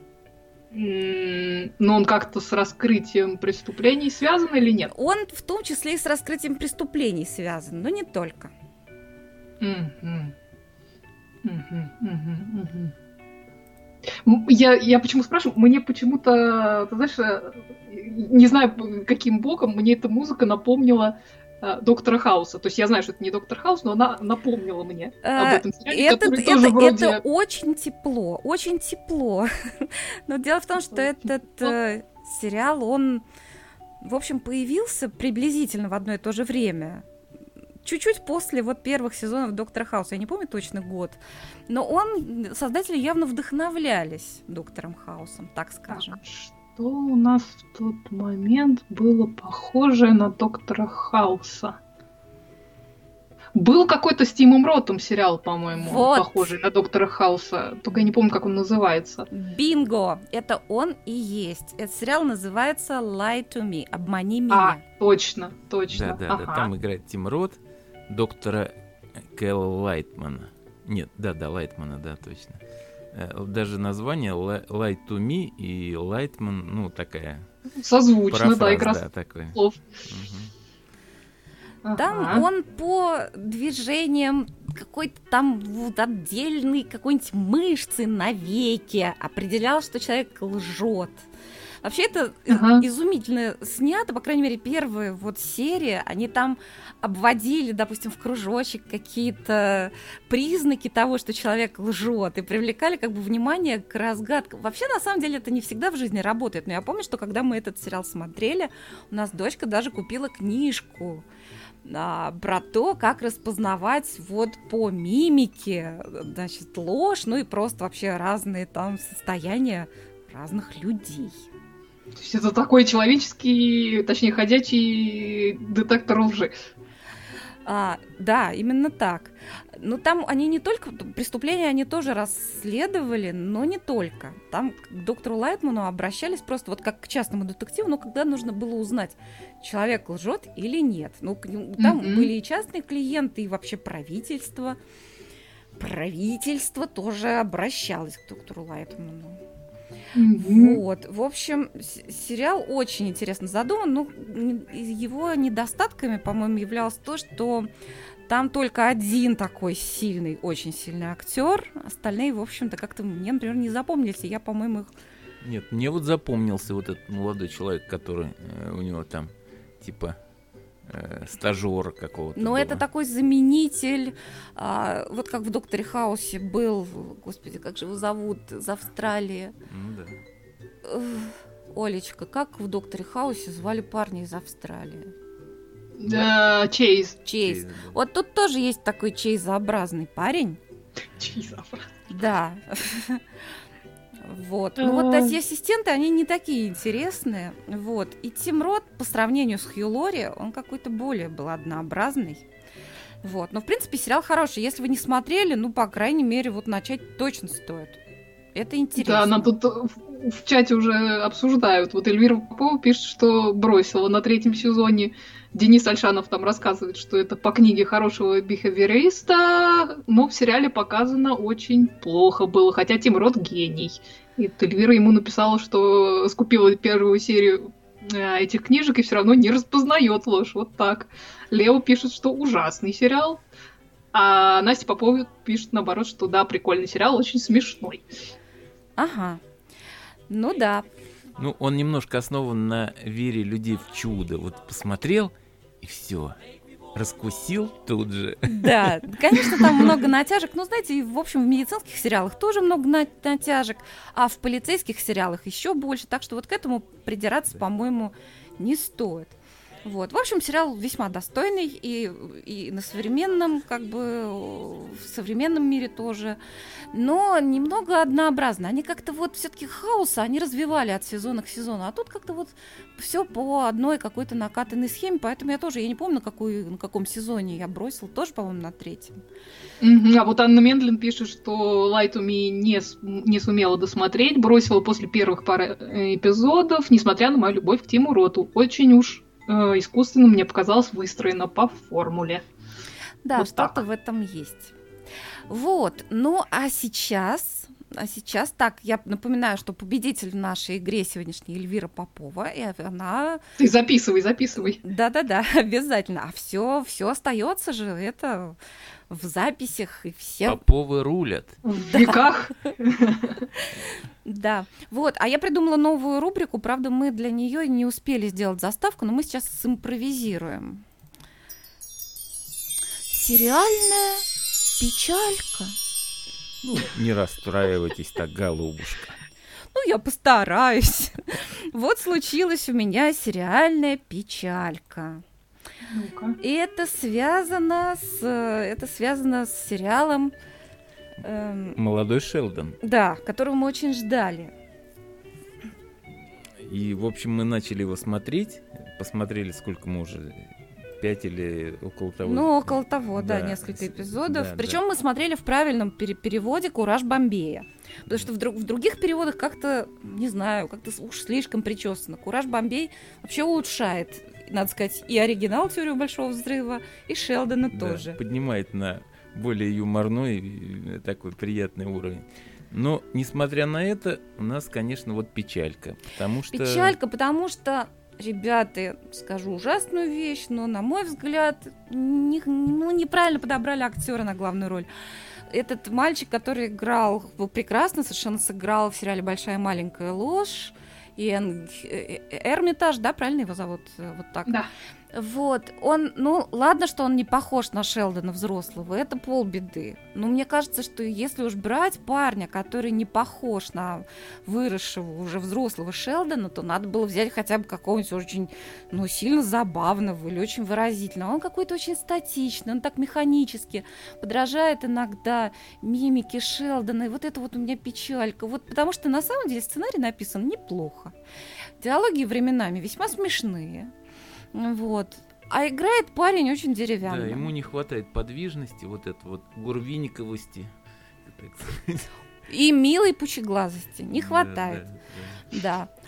М, Но он как-то с раскрытием преступлений связан или нет? Он в том числе и с раскрытием преступлений связан, но не только. Мгм. Мгм, мгм, мгм. М, Я, я почему спрашиваю? Мне почему-то, ты знаешь, э, не знаю, каким боком, мне эта музыка напомнила э, Доктора Хауса. То есть я знаю, что это не Доктор Хаус, но она напомнила мне об Э, этом сериале, Этот- который это, тоже вроде... это очень тепло, очень тепло. Но дело в том, что Очень этот тепло. э, сериал, он, в общем, появился приблизительно в одно и то же время. Чуть-чуть после вот первых сезонов Доктора Хауса, я не помню точно год, но он, создатели явно вдохновлялись Доктором Хаусом, так скажем. Так, что у нас в тот момент было похожее на Доктора Хауса? Был какой-то с Тимом Ротом сериал, по-моему, Вот. похожий на Доктора Хауса. Только я не помню, как он называется. Бинго! Это он и есть. Этот сериал называется Lie to Me, обмани А, меня. точно, точно. Да, да, да. Ага. Там играет Тим Рот, доктора Кэлла Лайтмана. Нет, да, да, Лайтмана, да, точно. Э, Даже название Li- Light to Me и Лайтман, ну, такая Созвучно, парафраз, да, игра да, такой. слов. Мгм. Там Ага. он по движениям какой-то там вот отдельной какой-нибудь мышцы на веке определял, что человек лжет. Вообще это Ага. изумительно снято, по крайней мере, первые вот серии, они там обводили, допустим, в кружочек какие-то признаки того, что человек лжет, и привлекали как бы внимание к разгадкам. Вообще, на самом деле, это не всегда в жизни работает, но я помню, что когда мы этот сериал смотрели, у нас дочка даже купила книжку а, про то, как распознавать вот по мимике, значит, ложь, ну и просто вообще разные там состояния разных людей. То есть это такой человеческий, точнее, ходячий детектор лжи. А, да, именно так. Но там они не только... Преступления они тоже расследовали, но не только. Там к доктору Лайтману обращались просто вот как к частному детективу, но когда нужно было узнать, человек лжет или нет. Ну, к нему- там Мгм. были и частные клиенты, и вообще правительство. Правительство тоже обращалось к доктору Лайтману. Мгм. Вот, в общем, с- сериал очень интересно задуман. Ну, н- его недостатками, по-моему, являлось то, что там только один такой сильный, очень сильный актер. Остальные, в общем-то, как-то мне, например, не запомнились. И я, по-моему, их... Нет, мне вот запомнился вот этот молодой человек, который э, у него там типа э, стажера какого-то. Но было. это такой заменитель, а, вот как в «Докторе Хаусе» был, господи, как же его зовут, из Австралии. Ну да. Эх, Олечка, как в «Докторе Хаусе» звали парня из Австралии? Да, Чейз. Чейз. Чейз, да. Вот тут тоже есть такой чейзообразный парень. Чейз. Да. Вот. Ну вот А. эти ассистенты, они не такие интересные. Вот. И Тим Рот по сравнению с Хью Лори, он какой-то более был однообразный. Вот. Но, в принципе, сериал хороший. Если вы не смотрели, ну, по крайней мере, вот начать точно стоит. Это интересно. Да, нам тут в, в чате уже обсуждают. Вот Эльвира Попова пишет, что бросила на третьем сезоне. Денис Альшанов там рассказывает, что это по книге хорошего бихевиориста, но в сериале показано очень плохо было, хотя Тим Рот гений. И вот Эльвира ему написала, что скупила первую серию э, этих книжек и все равно не распознает ложь. Вот так. Лео пишет, что ужасный сериал, а Настя Попова пишет, наоборот, что да, прикольный сериал, очень смешной. Ага. Ну да. Ну, он немножко основан на вере людей в чудо. Вот посмотрел, и все. Раскусил тут же. Да, конечно, там много натяжек. Ну, знаете, и, в общем, в медицинских сериалах тоже много на- натяжек, а в полицейских сериалах еще больше. Так что вот к этому придираться, по-моему, не стоит. Вот. В общем, сериал весьма достойный и, и на современном, как бы, в современном мире тоже, но немного однообразно. Они как-то вот все-таки хаоса, они развивали от сезона к сезону, а тут как-то вот все по одной какой-то накатанной схеме, поэтому я тоже, я не помню, на, какой, на каком сезоне я бросила, тоже, по-моему, на третьем. Мгм. А вот Анна Мендлин пишет, что Light to Me не, с- не сумела досмотреть, бросила после первых пары э, эпизодов, несмотря на мою любовь к Тиму Роту. Очень уж э, искусственно мне показалось выстроено по формуле. Да, Вот что-то так. в этом есть. Вот, ну а сейчас, а сейчас так, я напоминаю, что победитель в нашей игре сегодняшней Эльвира Попова, и она, Ты записывай, записывай. да-да-да, обязательно, а все, все остается же, это в записях и все, Поповы рулят. В веках. да. Вот, а я придумала новую рубрику, правда, мы для нее не успели сделать заставку, но мы сейчас симпровизируем. Сериальная печалька. Ну, не расстраивайтесь так, голубушка. Ну, я постараюсь. Вот случилась у меня сериальная печалька. Ну-ка. И это связано с, это связано с сериалом, эм, Молодой Шелдон. да, которого мы очень ждали. И, в общем, мы начали его смотреть. Посмотрели, сколько мы уже... Пять или около того. Ну, около того, да, Да. несколько эпизодов. Да, Причем да. мы смотрели в правильном пере- переводе «Кураж Бомбея». Потому что в, друг- в других переводах как-то, не знаю, как-то с- уж слишком причесано. «Кураж Бомбей» вообще улучшает, надо сказать, и оригинал «Теорию большого взрыва», и Шелдона Да, тоже. поднимает на более юморной и такой приятный уровень. Но, несмотря на это, у нас, конечно, вот печалька. Потому что... Печалька, потому что, ребята, скажу ужасную вещь, но, на мой взгляд, не- ну, неправильно подобрали актера на главную роль. Этот мальчик, который играл, был прекрасно, совершенно сыграл в сериале «Большая маленькая ложь», и Эн- э, э, Эрмитаж, да, правильно его зовут? Э, Вот так. Да. Вот, он, ну, ладно, что он не похож на Шелдона взрослого, это полбеды. Но мне кажется, что если уж брать парня, который не похож на выросшего уже взрослого Шелдона, то надо было взять хотя бы какого-нибудь очень, ну, сильно забавного или очень выразительного. Он какой-то очень статичный, он так механически подражает иногда мимике Шелдона, и вот это вот у меня печалька. Вот потому что на самом деле сценарий написан неплохо. Диалоги временами весьма смешные. Вот. А играет парень очень деревянно. Да, ему не хватает подвижности, вот это вот гурвиниковости. так сказать. И милой пучеглазости не Да, хватает. да, да. Да.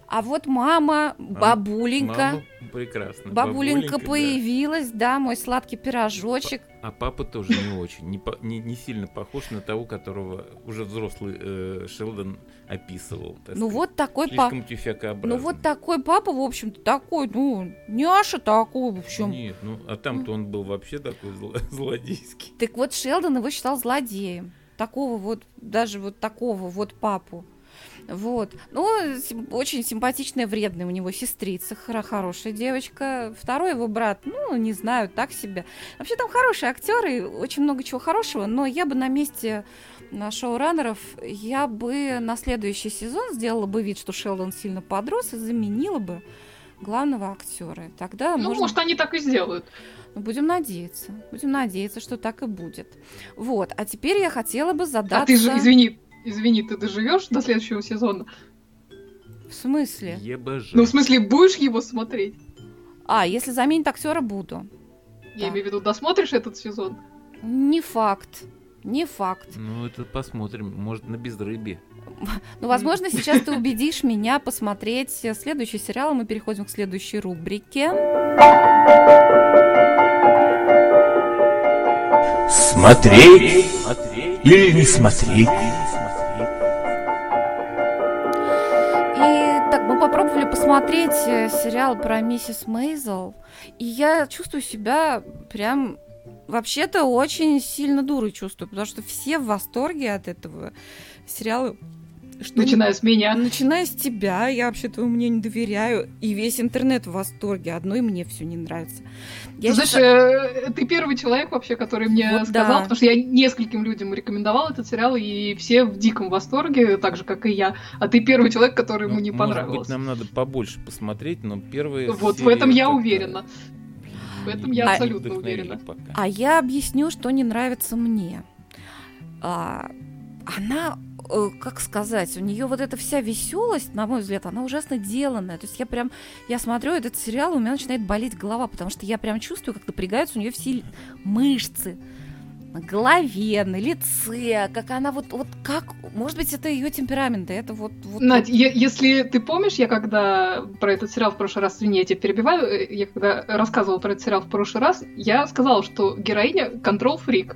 А вот мама, бабуленька. Мама прекрасно. Бабуленька, Бабуленька появилась, да. да, мой сладкий пирожочек. А папа тоже не очень, не, по, не, не сильно похож на того, которого уже взрослый э, Шелдон описывал. Ну сказать. вот такой папа. Ну вот такой папа, в общем-то, такой, ну, няша такой, в общем. Нет, ну а там-то он был вообще такой зло- злодейский. Так вот Шелдон его считал злодеем. Такого вот, даже вот такого вот папу. Вот. Ну, сим- очень симпатичная, вредная у него сестрица, хор- хорошая девочка. Второй его брат, ну, не знаю, так себе. Вообще там хорошие актеры, очень много чего хорошего, но я бы на месте на шоураннеров, я бы на следующий сезон сделала бы вид, что Шелдон сильно подрос и заменила бы главного актера. Тогда Ну, можно... может, они так и сделают. Ну, будем надеяться. Будем надеяться, что так и будет. Вот. А теперь я хотела бы задаться... А ты же, извини, извини, ты доживешь до следующего сезона? В смысле? ЕБЖ. Ну, в смысле, будешь его смотреть? А, если заменит актера, буду. Я Да. имею в виду, досмотришь этот сезон? Не факт. Не факт. Ну, это посмотрим. Может, на безрыбье. Ну, возможно, сейчас ты убедишь меня посмотреть следующий сериал, и мы переходим к следующей рубрике. Смотреть, смотреть или не смотреть? И так, мы попробовали посмотреть э, сериал про миссис Мейзел, и я чувствую себя прям вообще-то очень сильно дурой чувствую, потому что все в восторге от этого сериала. Что Начиная с меня. Начиная с тебя, я вообще твоему мнению доверяю, и весь интернет в восторге, одной мне все не нравится. Я Знаешь, щас- э, ты первый человек вообще, который мне Вот сказал, да. потому что я нескольким людям рекомендовала этот сериал, и все в диком восторге, так же, как и я. А ты первый человек, который ему Ну, не может понравился. быть, нам надо побольше посмотреть, но первые Вот в серии этом я как-то уверена. В этом я А- абсолютно вдохновили уверена. пока. А я объясню, что не нравится мне. А, она, э, как сказать, у нее вот эта вся веселость, на мой взгляд, она ужасно деланная. То есть я прям, я смотрю этот сериал, и у меня начинает болеть голова, потому что я прям чувствую, как напрягаются у нее все мышцы на голове, на лице, как она вот, вот как, может быть, это ее темперамент, и это вот... вот Надь, е- если ты помнишь, я когда про этот сериал в прошлый раз, извини, я тебя перебиваю, э, я когда рассказывала про этот сериал в прошлый раз, я сказала, что героиня контрол-фрик.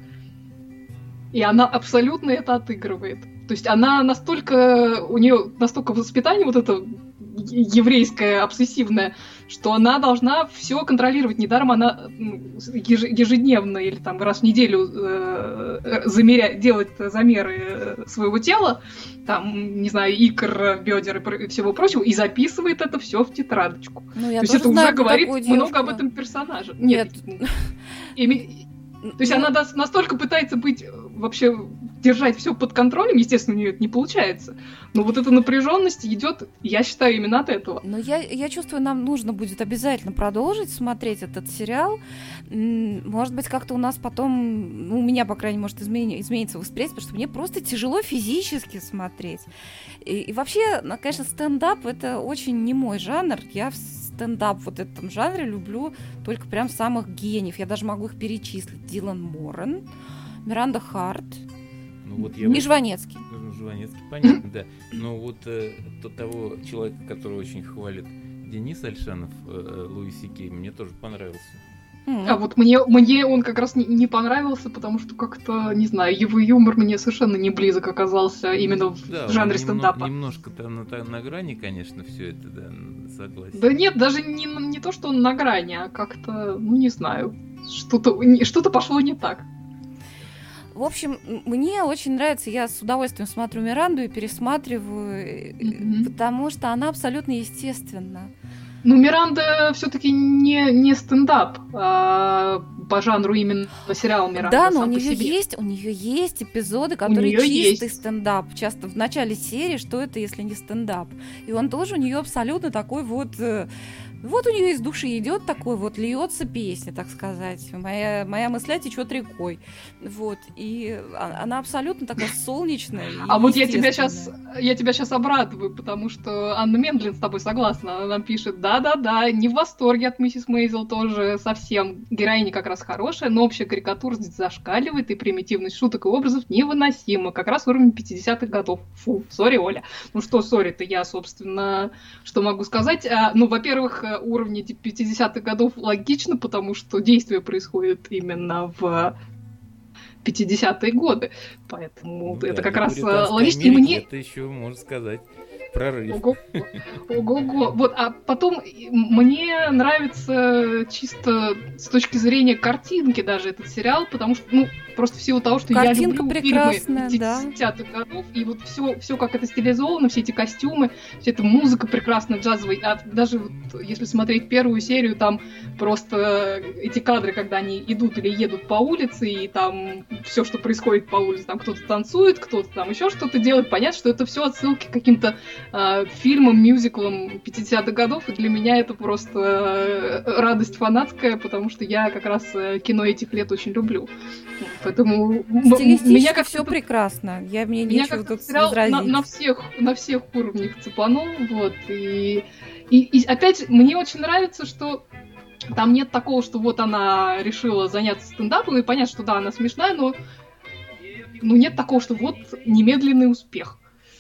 И она абсолютно это отыгрывает. То есть она настолько, у нее настолько воспитание вот это еврейское, обсессивное, что она должна все контролировать. Недаром она ну, еж- ежедневно или там раз в неделю э, замеря- делает замеры э, своего тела, там, не знаю, икр, бедер и про- всего прочего, и записывает это все в тетрадочку. Ну, я То есть тоже это знаю уже про говорит такую много девушку. об этом персонаже. Нет. Ими- То есть Ну, она дас- настолько пытается быть э, вообще держать все под контролем, естественно, у нее это не получается. Но вот эта напряженность идет, я считаю, именно от этого. Но я, я чувствую, нам нужно будет обязательно продолжить смотреть этот сериал. М, Может быть, как-то у нас потом, ну, у меня, по крайней мере, может измени- изменится восприятие, потому что мне просто тяжело физически смотреть. И, и вообще, ну, конечно, стендап — это очень не мой жанр. Я в стендап вот этом жанре люблю только прям самых гениев. Я даже могу их перечислить. Дилан Моран, Миранда Харт, Ну, вот я и вот- Жванецкий. Ну, Жванецкий, понятно, да. Но вот э, то- того человека, которого очень хвалит Денис Альшанов, э, э, Луи Си Кей, мне тоже понравился. М. А вот мне, мне он как раз не, не понравился, потому что как-то, не знаю, его юмор мне совершенно не близок оказался именно в Да, жанре он немно- стендапа. Немножко-то на, та- на грани, конечно, все это, да, н- согласен. Да нет, даже не, не то, что он на грани, а как-то, ну не знаю, что-то, не- что-то пошло не так. В общем, м- мне очень нравится, я с удовольствием смотрю Миранду и пересматриваю, э, Мгм. потому что она абсолютно естественна. Ну, Миранда все-таки не, не стендап а по жанру именно сериал Миранда. Да, но у сам по нее себе. есть, у нее есть эпизоды, которые неё чистый есть. стендап. Часто в начале серии, что это, если не стендап? И он тоже у нее абсолютно такой вот, э, Вот у нее из души идет такой вот, льется песня, так сказать. Моя, моя мысля течет рекой. Вот. И она абсолютно такая солнечная. А вот я тебя сейчас, я тебя сейчас обрадую, потому что Анна Мендлин с тобой согласна. Она нам пишет: да-да-да, не в восторге от миссис Мейзел тоже совсем. Героиня как раз хорошая, но общая карикатура здесь зашкаливает, и примитивность шуток и образов невыносима. Как раз уровень пятидесятых годов. Фу, сори, Оля. Ну что, сори-то я, собственно, что могу сказать? А, ну, во-первых, уровне пятидесятых годов логично, потому что действие происходит именно в пятидесятые годы. Поэтому ну, это да, как раз логично. И мне... Это еще, можно сказать, прорыв. Ого-го. Ого-го. Вот, а потом мне нравится чисто с точки зрения картинки даже этот сериал, потому что, ну, просто в силу того, что картинка я люблю фильмы пятидесятых да. годов, и вот все, все как это стилизовано, все эти костюмы, вся эта музыка прекрасная, джазовая. А даже вот, если смотреть первую серию, там просто эти кадры, когда они идут или едут по улице, и там все, что происходит по улице, там кто-то танцует, кто-то там еще что-то делает, понятно, что это все отсылки к каким-то э, фильмам, мюзиклам пятидесятых годов, и для меня это просто э, радость фанатская, потому что я как раз э, кино этих лет очень люблю. Поэтому стилистически меня как все прекрасно. Я мне меня нечего тут возразить. На, на всех на всех уровнях цепанул, вот и, и и опять мне очень нравится, что там нет такого, что вот она решила заняться стендапом, и понятно, что да, она смешная, но ну нет такого, что вот немедленный успех.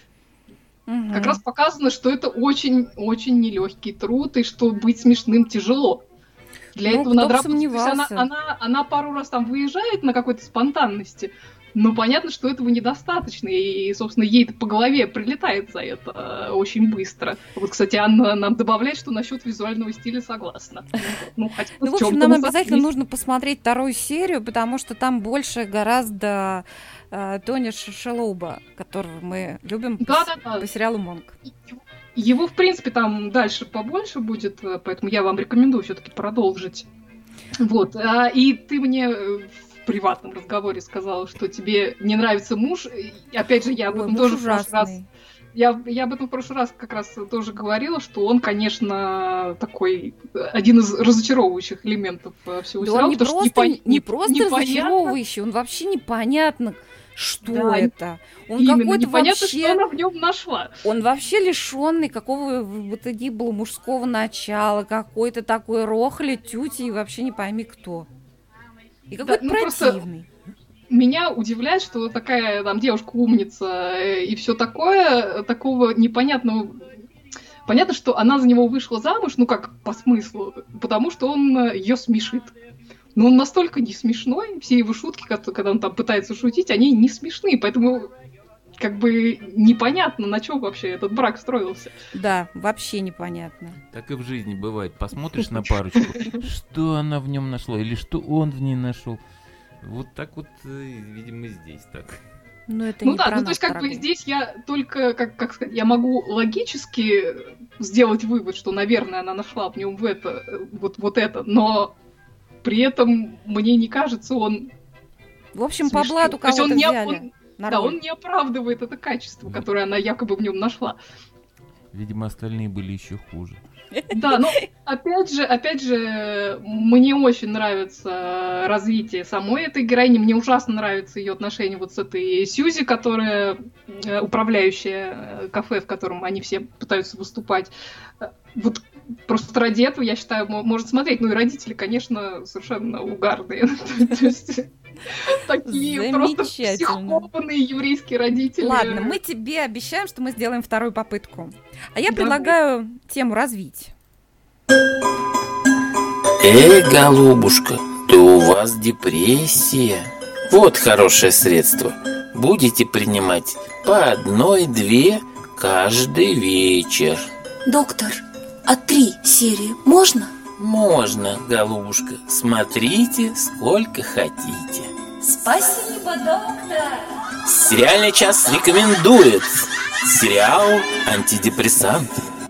Угу. Как раз показано, что это очень очень нелегкий труд и что быть смешным тяжело. Для ну, этого надо работать. Она, она, она пару раз там выезжает на какой-то спонтанности, но понятно, что этого недостаточно, и, собственно, ей это по голове прилетает за это очень быстро. Вот, кстати, Анна нам добавляет, что насчет визуального стиля согласна. Ну, хотя бы в общем, нам обязательно нужно посмотреть вторую серию, потому что там больше гораздо э, Тони Шелоуба, которого мы любим да, по, да, да. по сериалу «Монк». Его, в принципе, там дальше побольше будет, поэтому я вам рекомендую все-таки продолжить. Вот. И ты мне в приватном разговоре сказала, что тебе не нравится муж. И, опять же, я об этом Ой, тоже в прошлый раз... Я, я об этом в прошлый раз как раз тоже говорила, что он, конечно, такой один из разочаровывающих элементов всего да сериала. Он не просто, непон... не просто непонятно... разочаровывающий, он вообще непонятно... Что да, это? Он именно, какой-то непонятно, вообще... что она в нем нашла. Он вообще лишенный какого бы то ни было мужского начала, какой-то такой рохли, тюти и вообще не пойми кто. И какой-то да, ну противный. Меня удивляет, что такая там девушка умница и все такое, такого непонятного... Понятно, что она за него вышла замуж, ну как по смыслу, потому что он ее смешит. Но он настолько не смешной, все его шутки, когда он там пытается шутить, они не смешные, поэтому как бы непонятно, на чем вообще этот брак строился. Да, вообще непонятно. Так и в жизни бывает. Посмотришь на парочку, что она в нем нашла, или что он в ней нашел. Вот так вот, видимо, здесь так. Но это ну не да, про ну нас, то есть как дорогой. бы здесь я только, как, как сказать, я могу логически сделать вывод, что, наверное, она нашла в нем в это, вот, вот это, но при этом, мне не кажется, он в общем, смешным. по блату кого-то он не, взяли. Он, да, он не оправдывает это качество, которое она якобы в нем нашла. Видимо, остальные были еще хуже. Да, но опять же, опять же, мне очень нравится развитие самой этой героини. Мне ужасно нравится ее отношение вот с этой Сьюзи, которая управляющая кафе, в котором они все пытаются выступать. Вот просто ради этого, я считаю, может смотреть. Ну и родители, конечно, совершенно угарные. То есть такие просто психованные еврейские родители. Ладно, мы тебе обещаем, что мы сделаем вторую попытку. А я предлагаю тему развить. Эй, голубушка, да у вас депрессия. Вот хорошее средство. Будете принимать по одной-две каждый вечер. Доктор, а три серии можно? Можно, голубушка. Смотрите, сколько хотите. Спасибо, доктор. Сериальный час рекомендует сериал «Антидепрессант».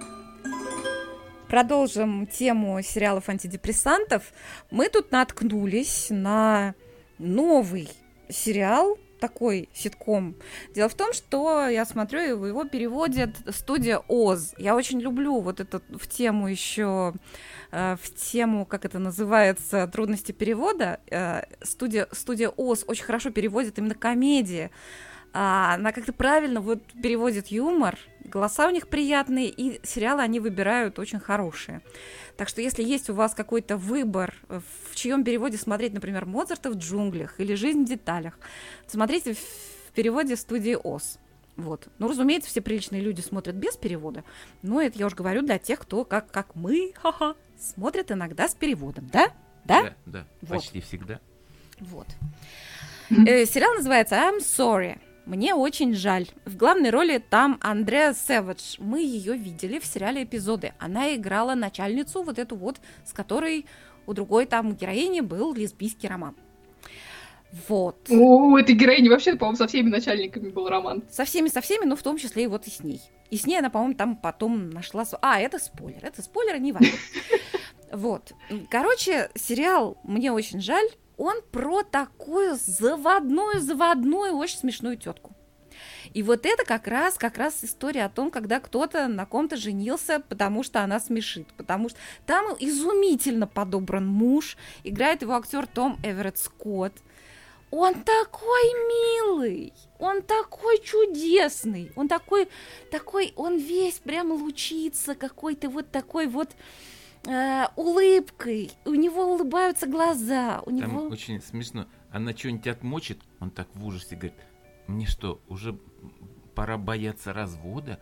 Продолжим тему сериалов антидепрессантов. Мы тут наткнулись на новый сериал, такой ситком. Дело в том, что я смотрю, его переводит студия Оз. Я очень люблю вот это в тему еще, в тему, как это называется, трудности перевода. Студия, студия Оз очень хорошо переводит именно комедии. Она как-то правильно вот переводит юмор, голоса у них приятные, и сериалы они выбирают очень хорошие. Так что если есть у вас какой-то выбор, в чьем переводе смотреть, например, «Моцарта в джунглях» или «Жизнь в деталях», смотрите в переводе студии Оз. Вот. Ну, разумеется, все приличные люди смотрят без перевода, но это я уже говорю для тех, кто, как, как мы, ха-ха, смотрят иногда с переводом, да? Да, да, да. Вот. Почти всегда. Вот. Э, сериал называется «I'm sorry». Мне очень жаль. В главной роли там Андреа Сэвидж. Мы ее видели в сериале «Эпизоды». Она играла начальницу, вот эту вот, с которой у другой там героини был лесбийский роман. Вот. У этой героини вообще, по-моему, со всеми начальниками был роман. Со всеми, со всеми, но в том числе и вот и с ней. И с ней она, по-моему, там потом нашла... А, это спойлер. Это спойлеры, не важно. Вот. Короче, сериал «Мне очень жаль». Он про такую заводную-заводную, очень смешную тетку. И вот это как раз, как раз история о том, когда кто-то на ком-то женился, потому что она смешит. Потому что там изумительно подобран муж. Играет его актер Том Эверетт Скотт. Он такой милый, он такой чудесный, он такой, такой, он весь прям лучится какой-то вот такой вот... Э, улыбкой, у него улыбаются глаза, у Там него... очень смешно. Она что-нибудь отмочит, он так в ужасе говорит: мне что, уже пора бояться развода?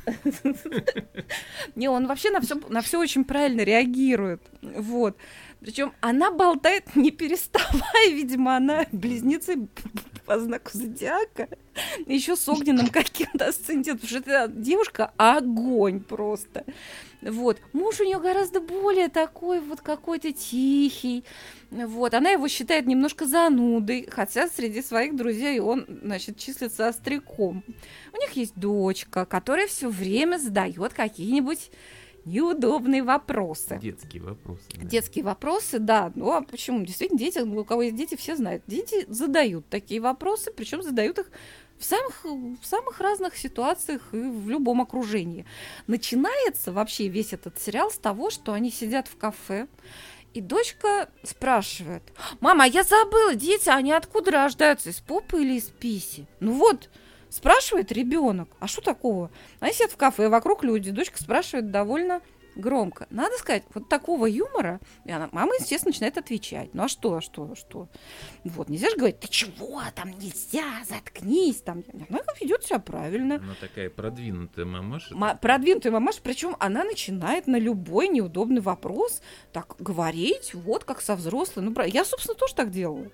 Не, он вообще на все, на все очень правильно реагирует. Вот. Причем она болтает не переставая, видимо, она близнецы по знаку зодиака, еще с огненным каким-то асцендентом, потому что эта девушка огонь просто. Вот. Муж у нее гораздо более такой вот какой-то тихий. Вот. Она его считает немножко занудой, хотя среди своих друзей он, значит, числится остряком. У них есть дочка, которая все время задает какие-нибудь неудобные вопросы. Детские вопросы. Да. Детские вопросы, да. Ну, а почему? Действительно, дети, у кого есть дети, все знают. Дети задают такие вопросы, причем задают их в самых, в самых разных ситуациях и в любом окружении. Начинается вообще весь этот сериал с того, что они сидят в кафе, и дочка спрашивает: «Мама, а я забыла, дети, они откуда рождаются, из попы или из писи?» Ну вот, спрашивает ребенок, а что такого? Они сидят в кафе, вокруг люди, дочка спрашивает довольно громко. Надо сказать, вот такого юмора, и она, мама, естественно, начинает отвечать. Ну а что, а что, а что? Вот, нельзя же говорить: ты чего, там нельзя, заткнись. Там. Она ведет себя правильно. Она такая продвинутая мамаша. Ма- продвинутая мамаша, причем она начинает на любой неудобный вопрос так говорить, вот как со взрослой. Ну, я, собственно, тоже так делаю.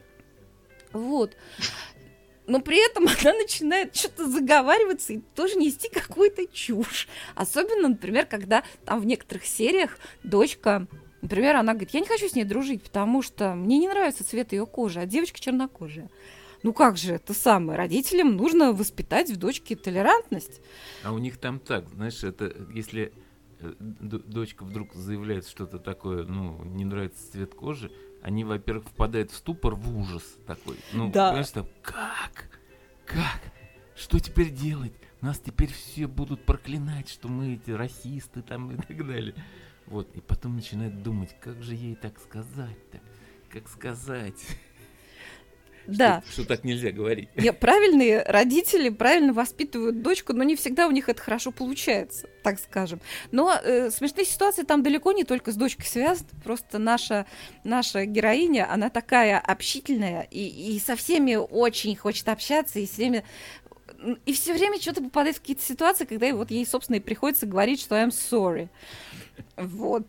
Вот. Но при этом она начинает что-то заговариваться и тоже нести какую-то чушь. Особенно, например, когда там в некоторых сериях дочка, например, она говорит: я не хочу с ней дружить, потому что мне не нравится цвет ее кожи, а девочка чернокожая. Ну как же это самое? Родителям нужно воспитать в дочке толерантность. А у них там так, знаешь, это если д- дочка вдруг заявляет что-то такое, ну, не нравится цвет кожи, они, во-первых, впадают в ступор, в ужас такой. Ну, да. Понимаешь, там, как? Как? Что теперь делать? Нас теперь все будут проклинать, что мы эти расисты там и так далее. Вот, и потом начинают думать, как же ей так сказать-то? Как сказать? Да. Что, что так нельзя говорить. Я, правильные родители правильно воспитывают дочку, но не всегда у них это хорошо получается, так скажем. Но э, смешные ситуации там далеко не только с дочкой связаны. Просто наша, наша героиня, она такая общительная и, и со всеми очень хочет общаться, и все время... И все время что-то попадает в какие-то ситуации, когда вот ей, собственно, и приходится говорить, что I'm sorry. Вот.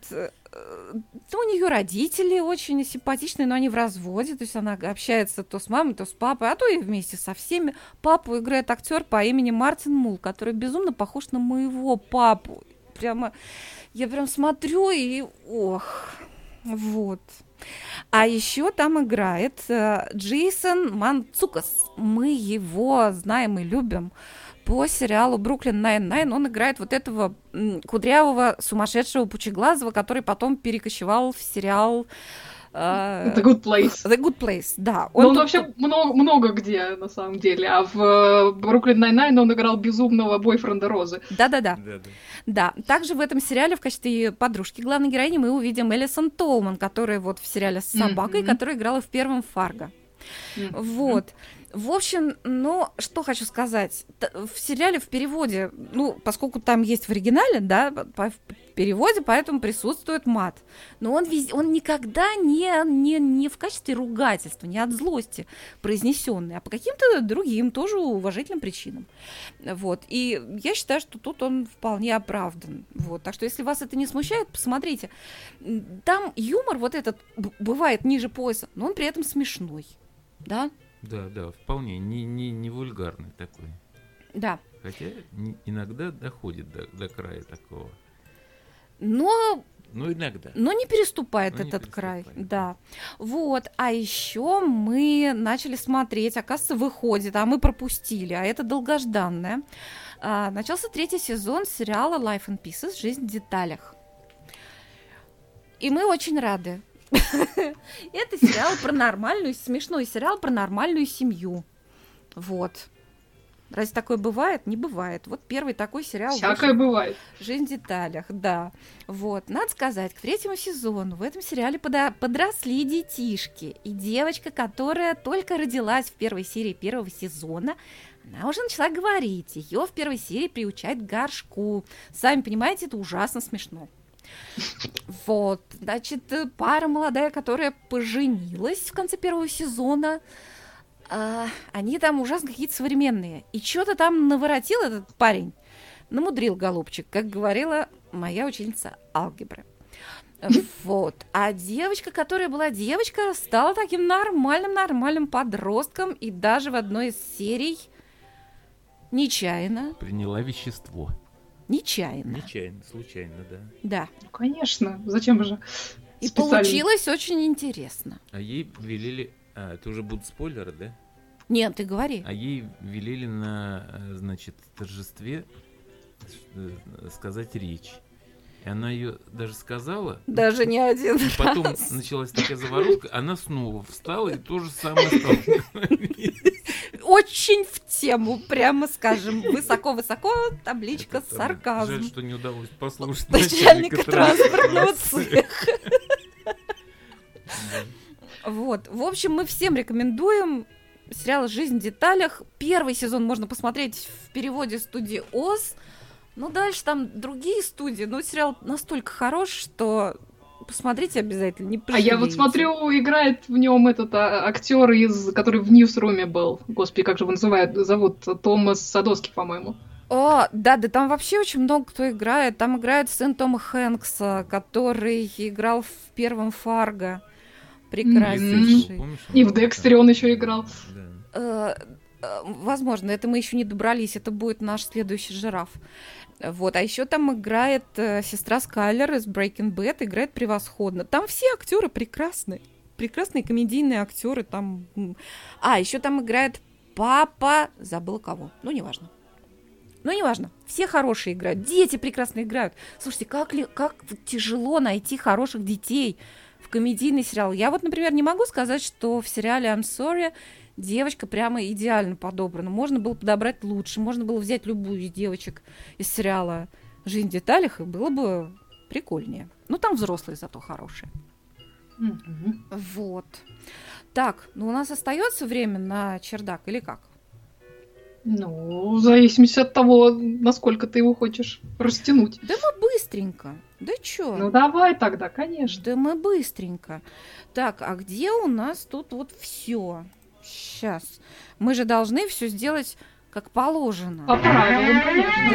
У нее родители очень симпатичные, но они в разводе, то есть она общается то с мамой, то с папой, а то и вместе со всеми. Папу играет актер по имени Мартин Мул, который безумно похож на моего папу. Прямо, я прям смотрю и ох, вот. А еще там играет э, Джейсон Манцукас. Мы его знаем и любим по сериалу «Бруклин Найн-Найн». Он играет вот этого м, кудрявого, сумасшедшего, пучеглазого, который потом перекочевал в сериал The Good Place. The Good Place, да. Он, он вообще много, много где, на самом деле. А в Бруклин Найн-Найн он играл безумного бойфренда Розы. Да-да-да. Да. Также в этом сериале в качестве подружки главной героини мы увидим Элисон Толман, которая вот в сериале с собакой, mm-hmm. которая играла в первом «Фарго». Mm-hmm. Вот. В общем, ну, что хочу сказать. В сериале в переводе, ну, поскольку там есть в оригинале, да, в переводе, поэтому присутствует мат. Но он, вез... он никогда не, не, не в качестве ругательства, не от злости произнесенный, а по каким-то другим, тоже уважительным причинам. Вот. И я считаю, что тут он вполне оправдан. Вот. Так что, если вас это не смущает, посмотрите. Там юмор вот этот бывает ниже пояса, но он при этом смешной. Да? Да, да, вполне не, не, не вульгарный такой. Да. Хотя не, иногда доходит до, до края такого. Но, но иногда. Но не переступает но этот не край. переступает. Да. Вот. А еще мы начали смотреть, оказывается, выходит, а мы пропустили, а это долгожданное. А, начался третий сезон сериала Life in Pieces. Жизнь в деталях. И мы очень рады. Это сериал про нормальную, смешной сериал про нормальную семью. Вот. Разве такое бывает? Не бывает. Вот первый такой сериал. Всякое бывает. «Жизнь в деталях», да. Вот. Надо сказать, к третьему сезону в этом сериале подо- подросли детишки. И девочка, которая только родилась в первой серии первого сезона, она уже начала говорить. Ее в первой серии приучают к горшку. Сами понимаете, это ужасно смешно. Вот, значит, пара молодая, которая поженилась в конце первого сезона, э, они там ужасно какие-то современные. И что-то там наворотил этот парень, намудрил голубчик, как говорила моя ученица алгебры. Вот. А девочка, которая была девочка, стала таким нормальным-нормальным подростком, и даже в одной из серий нечаянно приняла вещество. Нечаянно. Нечаянно, случайно, да. Да. Ну, конечно. Зачем же? И получилось очень интересно. А ей велели... А, это уже будут спойлеры, да? Нет, ты говори. А ей велели на, значит, торжестве сказать речь. И она ее даже сказала. Даже не один и потом раз. Началась такая заварушка, она снова встала и то же самое стала. Очень в тему, прямо скажем. Высоко-высоко, табличка Это, сарказм. Жаль, что не удалось послушать начальника транспортного цеха. Вот. В общем, мы всем рекомендуем сериал «Жизнь в деталях». Первый сезон можно посмотреть в переводе студии ОЗ. Ну, дальше там другие студии. Но сериал настолько хорош, что посмотрите обязательно, не пожалеете. А я вот смотрю, играет в нем этот а, актер, из, который в Ньюсруме был. Господи, как же его называют? Зовут Томас Садовский, по-моему. О, да, да, там вообще очень много кто играет. Там играет сын Тома Хэнкса, который играл в первом «Фарго». Прекраснейший. Mm-hmm. И в «Декстере» он еще играл. Да. Возможно, это мы еще не добрались. Это будет наш следующий жираф. Вот, а еще там играет э, сестра Скайлер из Breaking Bad, играет превосходно. Там все актеры прекрасные, прекрасные комедийные актеры. Там, а еще там играет папа, забыла кого, ну неважно. Ну неважно, все хорошие играют, дети прекрасно играют. Слушайте, как ли, как тяжело найти хороших детей в комедийный сериал. Я вот, например, не могу сказать, что в сериале I'm Sorry девочка прямо идеально подобрана. Можно было подобрать лучше. Можно было взять любую из девочек из сериала «Жизнь в деталях», и было бы прикольнее. Ну, там взрослые зато хорошие. Mm-hmm. Вот. Так, ну у нас остается время на чердак или как? Ну, в зависимости от того, насколько ты его хочешь растянуть. Да мы быстренько. Да чё? Ну, давай тогда, конечно. Да мы быстренько. Так, а где у нас тут вот все? Сейчас. Мы же должны все сделать как положено. По правилам, конечно.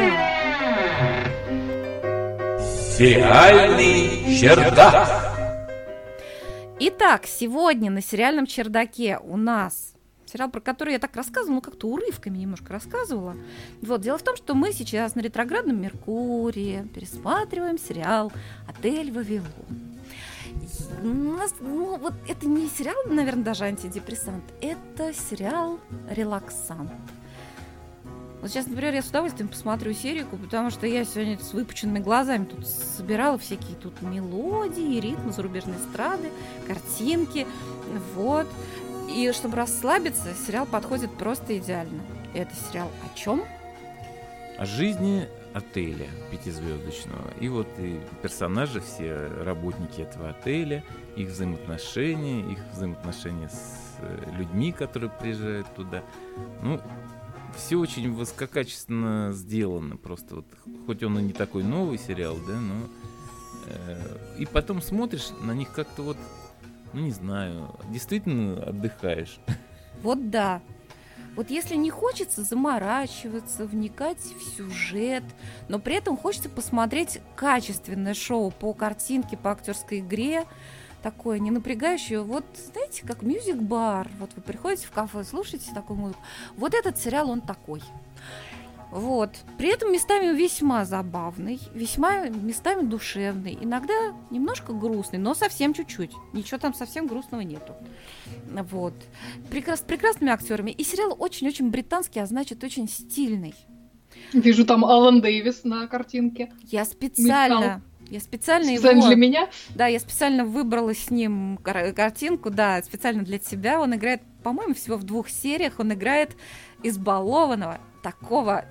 Да. Сериальный чердак. Итак, сегодня на сериальном чердаке у нас сериал, про который я так рассказывала, ну как-то урывками немножко рассказывала. Вот, дело в том, что мы сейчас на ретроградном Меркурии пересматриваем сериал «Отель Вавилон». У нас, ну, вот это не сериал, наверное, даже антидепрессант, это сериал релаксант. Вот сейчас, например, я с удовольствием посмотрю серию, потому что я сегодня с выпученными глазами тут собирала всякие тут мелодии, ритмы зарубежной эстрады, картинки, вот. И чтобы расслабиться, сериал подходит просто идеально. Это сериал о чем? О жизни отеля пятизвездочного. И вот и персонажи, все работники этого отеля, их взаимоотношения, их взаимоотношения с людьми, которые приезжают туда. Ну, все очень высококачественно сделано. Просто вот, хоть он и не такой новый сериал, да, но... Э, и потом смотришь на них как-то вот, ну, не знаю, действительно отдыхаешь. Вот да. Вот если не хочется заморачиваться, вникать в сюжет, но при этом хочется посмотреть качественное шоу по картинке, по актерской игре, такое не напрягающее, вот, знаете, как мьюзик-бар. Вот вы приходите в кафе, слушаете такую музыку. Вот этот сериал, он такой. Вот. При этом местами весьма забавный, весьма местами душевный, иногда немножко грустный, но совсем чуть-чуть. Ничего там совсем грустного нету. Вот. Прекрас, с прекрасными актерами. И сериал очень-очень британский, а значит, очень стильный. Вижу там Алан Дэвис на картинке. Я специально... Я специально, специально его... для меня? Да, я специально выбрала с ним кар- картинку, да, специально для тебя. Он играет, по-моему, всего в двух сериях. Он играет избалованного, такого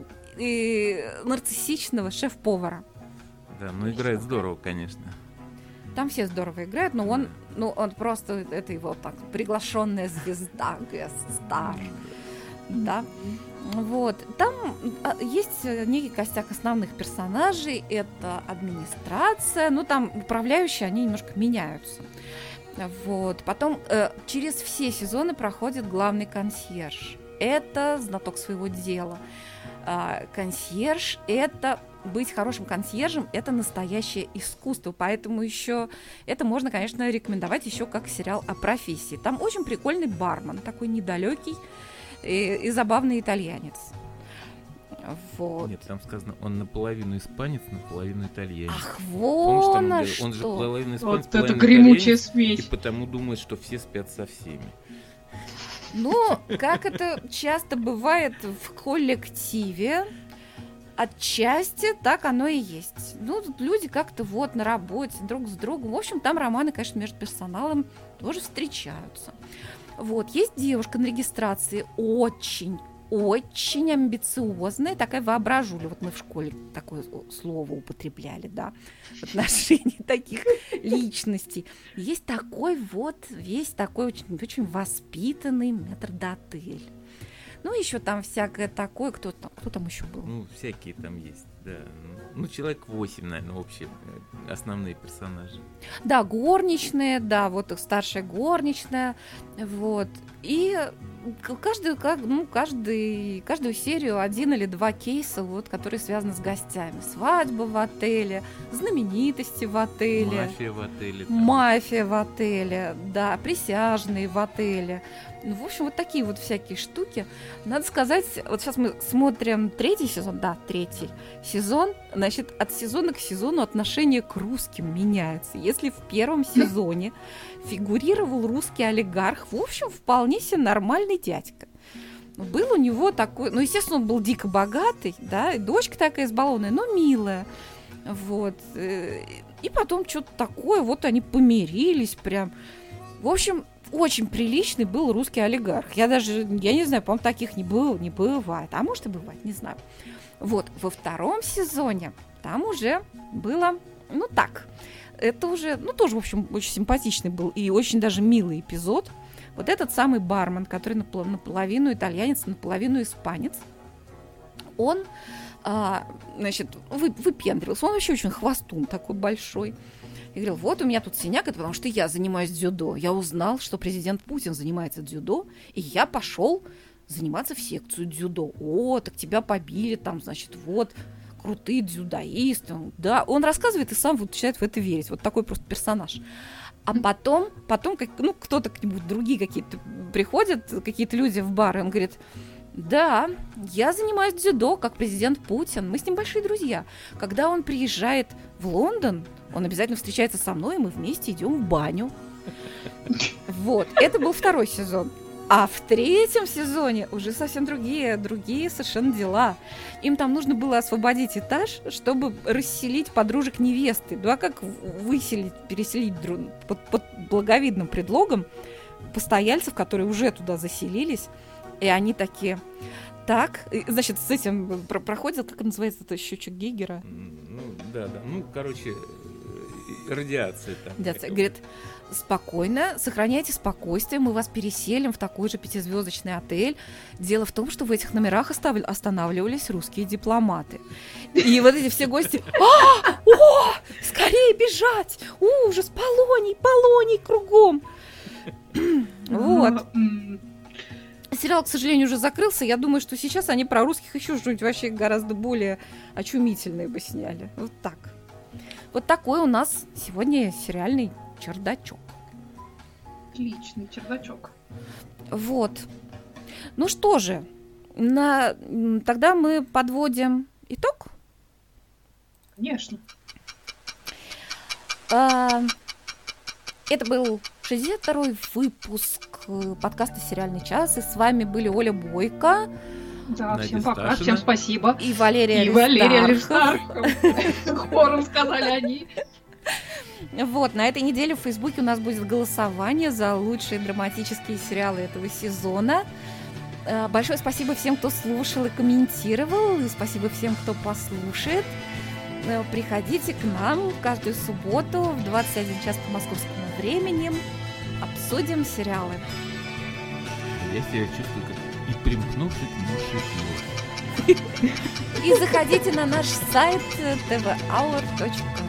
и нарциссичного шеф-повара. Да, ну играет здорово, конечно. Там все здорово играют, но он, ну, он просто, это его так, приглашенная звезда, гест-стар. Да. Вот. Там есть некий костяк основных персонажей. Это администрация. Ну, там управляющие, они немножко меняются. Вот. Потом э, через все сезоны проходит главный консьерж. Это знаток своего дела. А, консьерж – это... Быть хорошим консьержем – это настоящее искусство, поэтому еще это можно, конечно, рекомендовать еще как сериал о профессии. Там очень прикольный бармен, такой недалекий и, и забавный итальянец. Вот. Нет, там сказано, он наполовину испанец, наполовину итальянец. Ах, вон Помнишь, что! Он же половину испанец, Вот половину это гремучая итальянец, смесь. и потому думает, что все спят со всеми. Ну, как это часто бывает в коллективе, отчасти так оно и есть. Ну, тут люди как-то вот на работе друг с другом. В общем, там романы, конечно, между персоналом тоже встречаются. Вот, есть девушка на регистрации, очень, очень амбициозная, такая воображуля. Вот мы в школе такое слово употребляли, да, в отношении таких личностей. Есть такой вот, весь такой очень, очень воспитанный метрдотель. Ну, еще там всякое такое, кто там, кто там еще был? Ну, всякие там есть, да. Ну, человек восемь, наверное, общие основные персонажи. Да, горничная, да, вот старшая горничная, вот. И каждую, как, ну, каждый, каждую серию один или два кейса, вот, которые связаны с гостями. Свадьба в отеле, знаменитости в отеле. Мафия в отеле. Там. Мафия в отеле, да, присяжные в отеле. Ну, в общем, вот такие вот всякие штуки. Надо сказать, вот сейчас мы смотрим третий сезон, да, третий сезон, значит, от сезона к сезону отношение к русским меняется. Если в первом сезоне фигурировал русский олигарх, в общем, вполне себе нормальный дядька. Был у него такой, ну, естественно, он был дико богатый, да, и дочка такая избалованная, но милая, вот. И потом что-то такое, вот они помирились прям. В общем, очень приличный был русский олигарх. Я даже, я не знаю, по-моему, таких не было, не бывает. А может и бывает, не знаю. Вот, во втором сезоне там уже было, ну так, это уже, ну тоже, в общем, очень симпатичный был и очень даже милый эпизод. Вот этот самый бармен, который наполовину итальянец, наполовину испанец, он, а, значит, выпендривался. Он вообще очень хвостун такой большой. И говорил, вот у меня тут синяк, это потому что я занимаюсь дзюдо. Я узнал, что президент Путин занимается дзюдо, и я пошел заниматься в секцию дзюдо. О, так тебя побили там, значит, вот, крутые дзюдоисты. Он, да, он рассказывает и сам вот начинает в это верить. Вот такой просто персонаж. А потом, потом как, ну, кто-то к нему, другие какие-то приходят, какие-то люди в бар, и он говорит, да, я занимаюсь дзюдо, как президент Путин. Мы с ним большие друзья. Когда он приезжает в Лондон, он обязательно встречается со мной, и мы вместе идем в баню. Вот, это был второй сезон. А в третьем сезоне уже совсем другие, другие совершенно дела. Им там нужно было освободить этаж, чтобы расселить подружек невесты. Ну а как выселить, переселить друг, под, под благовидным предлогом постояльцев, которые уже туда заселились, и они такие... Так, значит, с этим про- проходил, как называется это, счетчик Гейгера? Ну, да, да, ну, короче, радиация там. Радиация. Говорит, спокойно, сохраняйте спокойствие, мы вас переселим в такой же пятизвездочный отель. Дело в том, что в этих номерах остав... останавливались русские дипломаты. И вот эти все гости, а, о, скорее бежать, ужас, полоний, полоний кругом. Вот. Сериал, к сожалению, уже закрылся. Я думаю, что сейчас они про русских еще что-нибудь вообще гораздо более очумительное бы сняли. Вот так. Вот такой у нас сегодня сериальный чердачок. Отличный чердачок. Вот. Ну что же, на... тогда мы подводим итог. Конечно. А... Это был шестьдесят второй выпуск подкаста «Сериальный час». И с вами были Оля Бойко. Да, Надя всем пока, Сташина. всем спасибо. И Валерия И Валерия Аристархов. Аристархов. Хором сказали они. Вот, на этой неделе в Фейсбуке у нас будет голосование за лучшие драматические сериалы этого сезона. Большое спасибо всем, кто слушал и комментировал. И спасибо всем, кто послушает. Приходите к нам каждую субботу в двадцать один час по московскому времени. Обсудим сериалы. Я себя чувствую как и примкнувший к муши. И заходите на наш сайт ти ви ауэр точка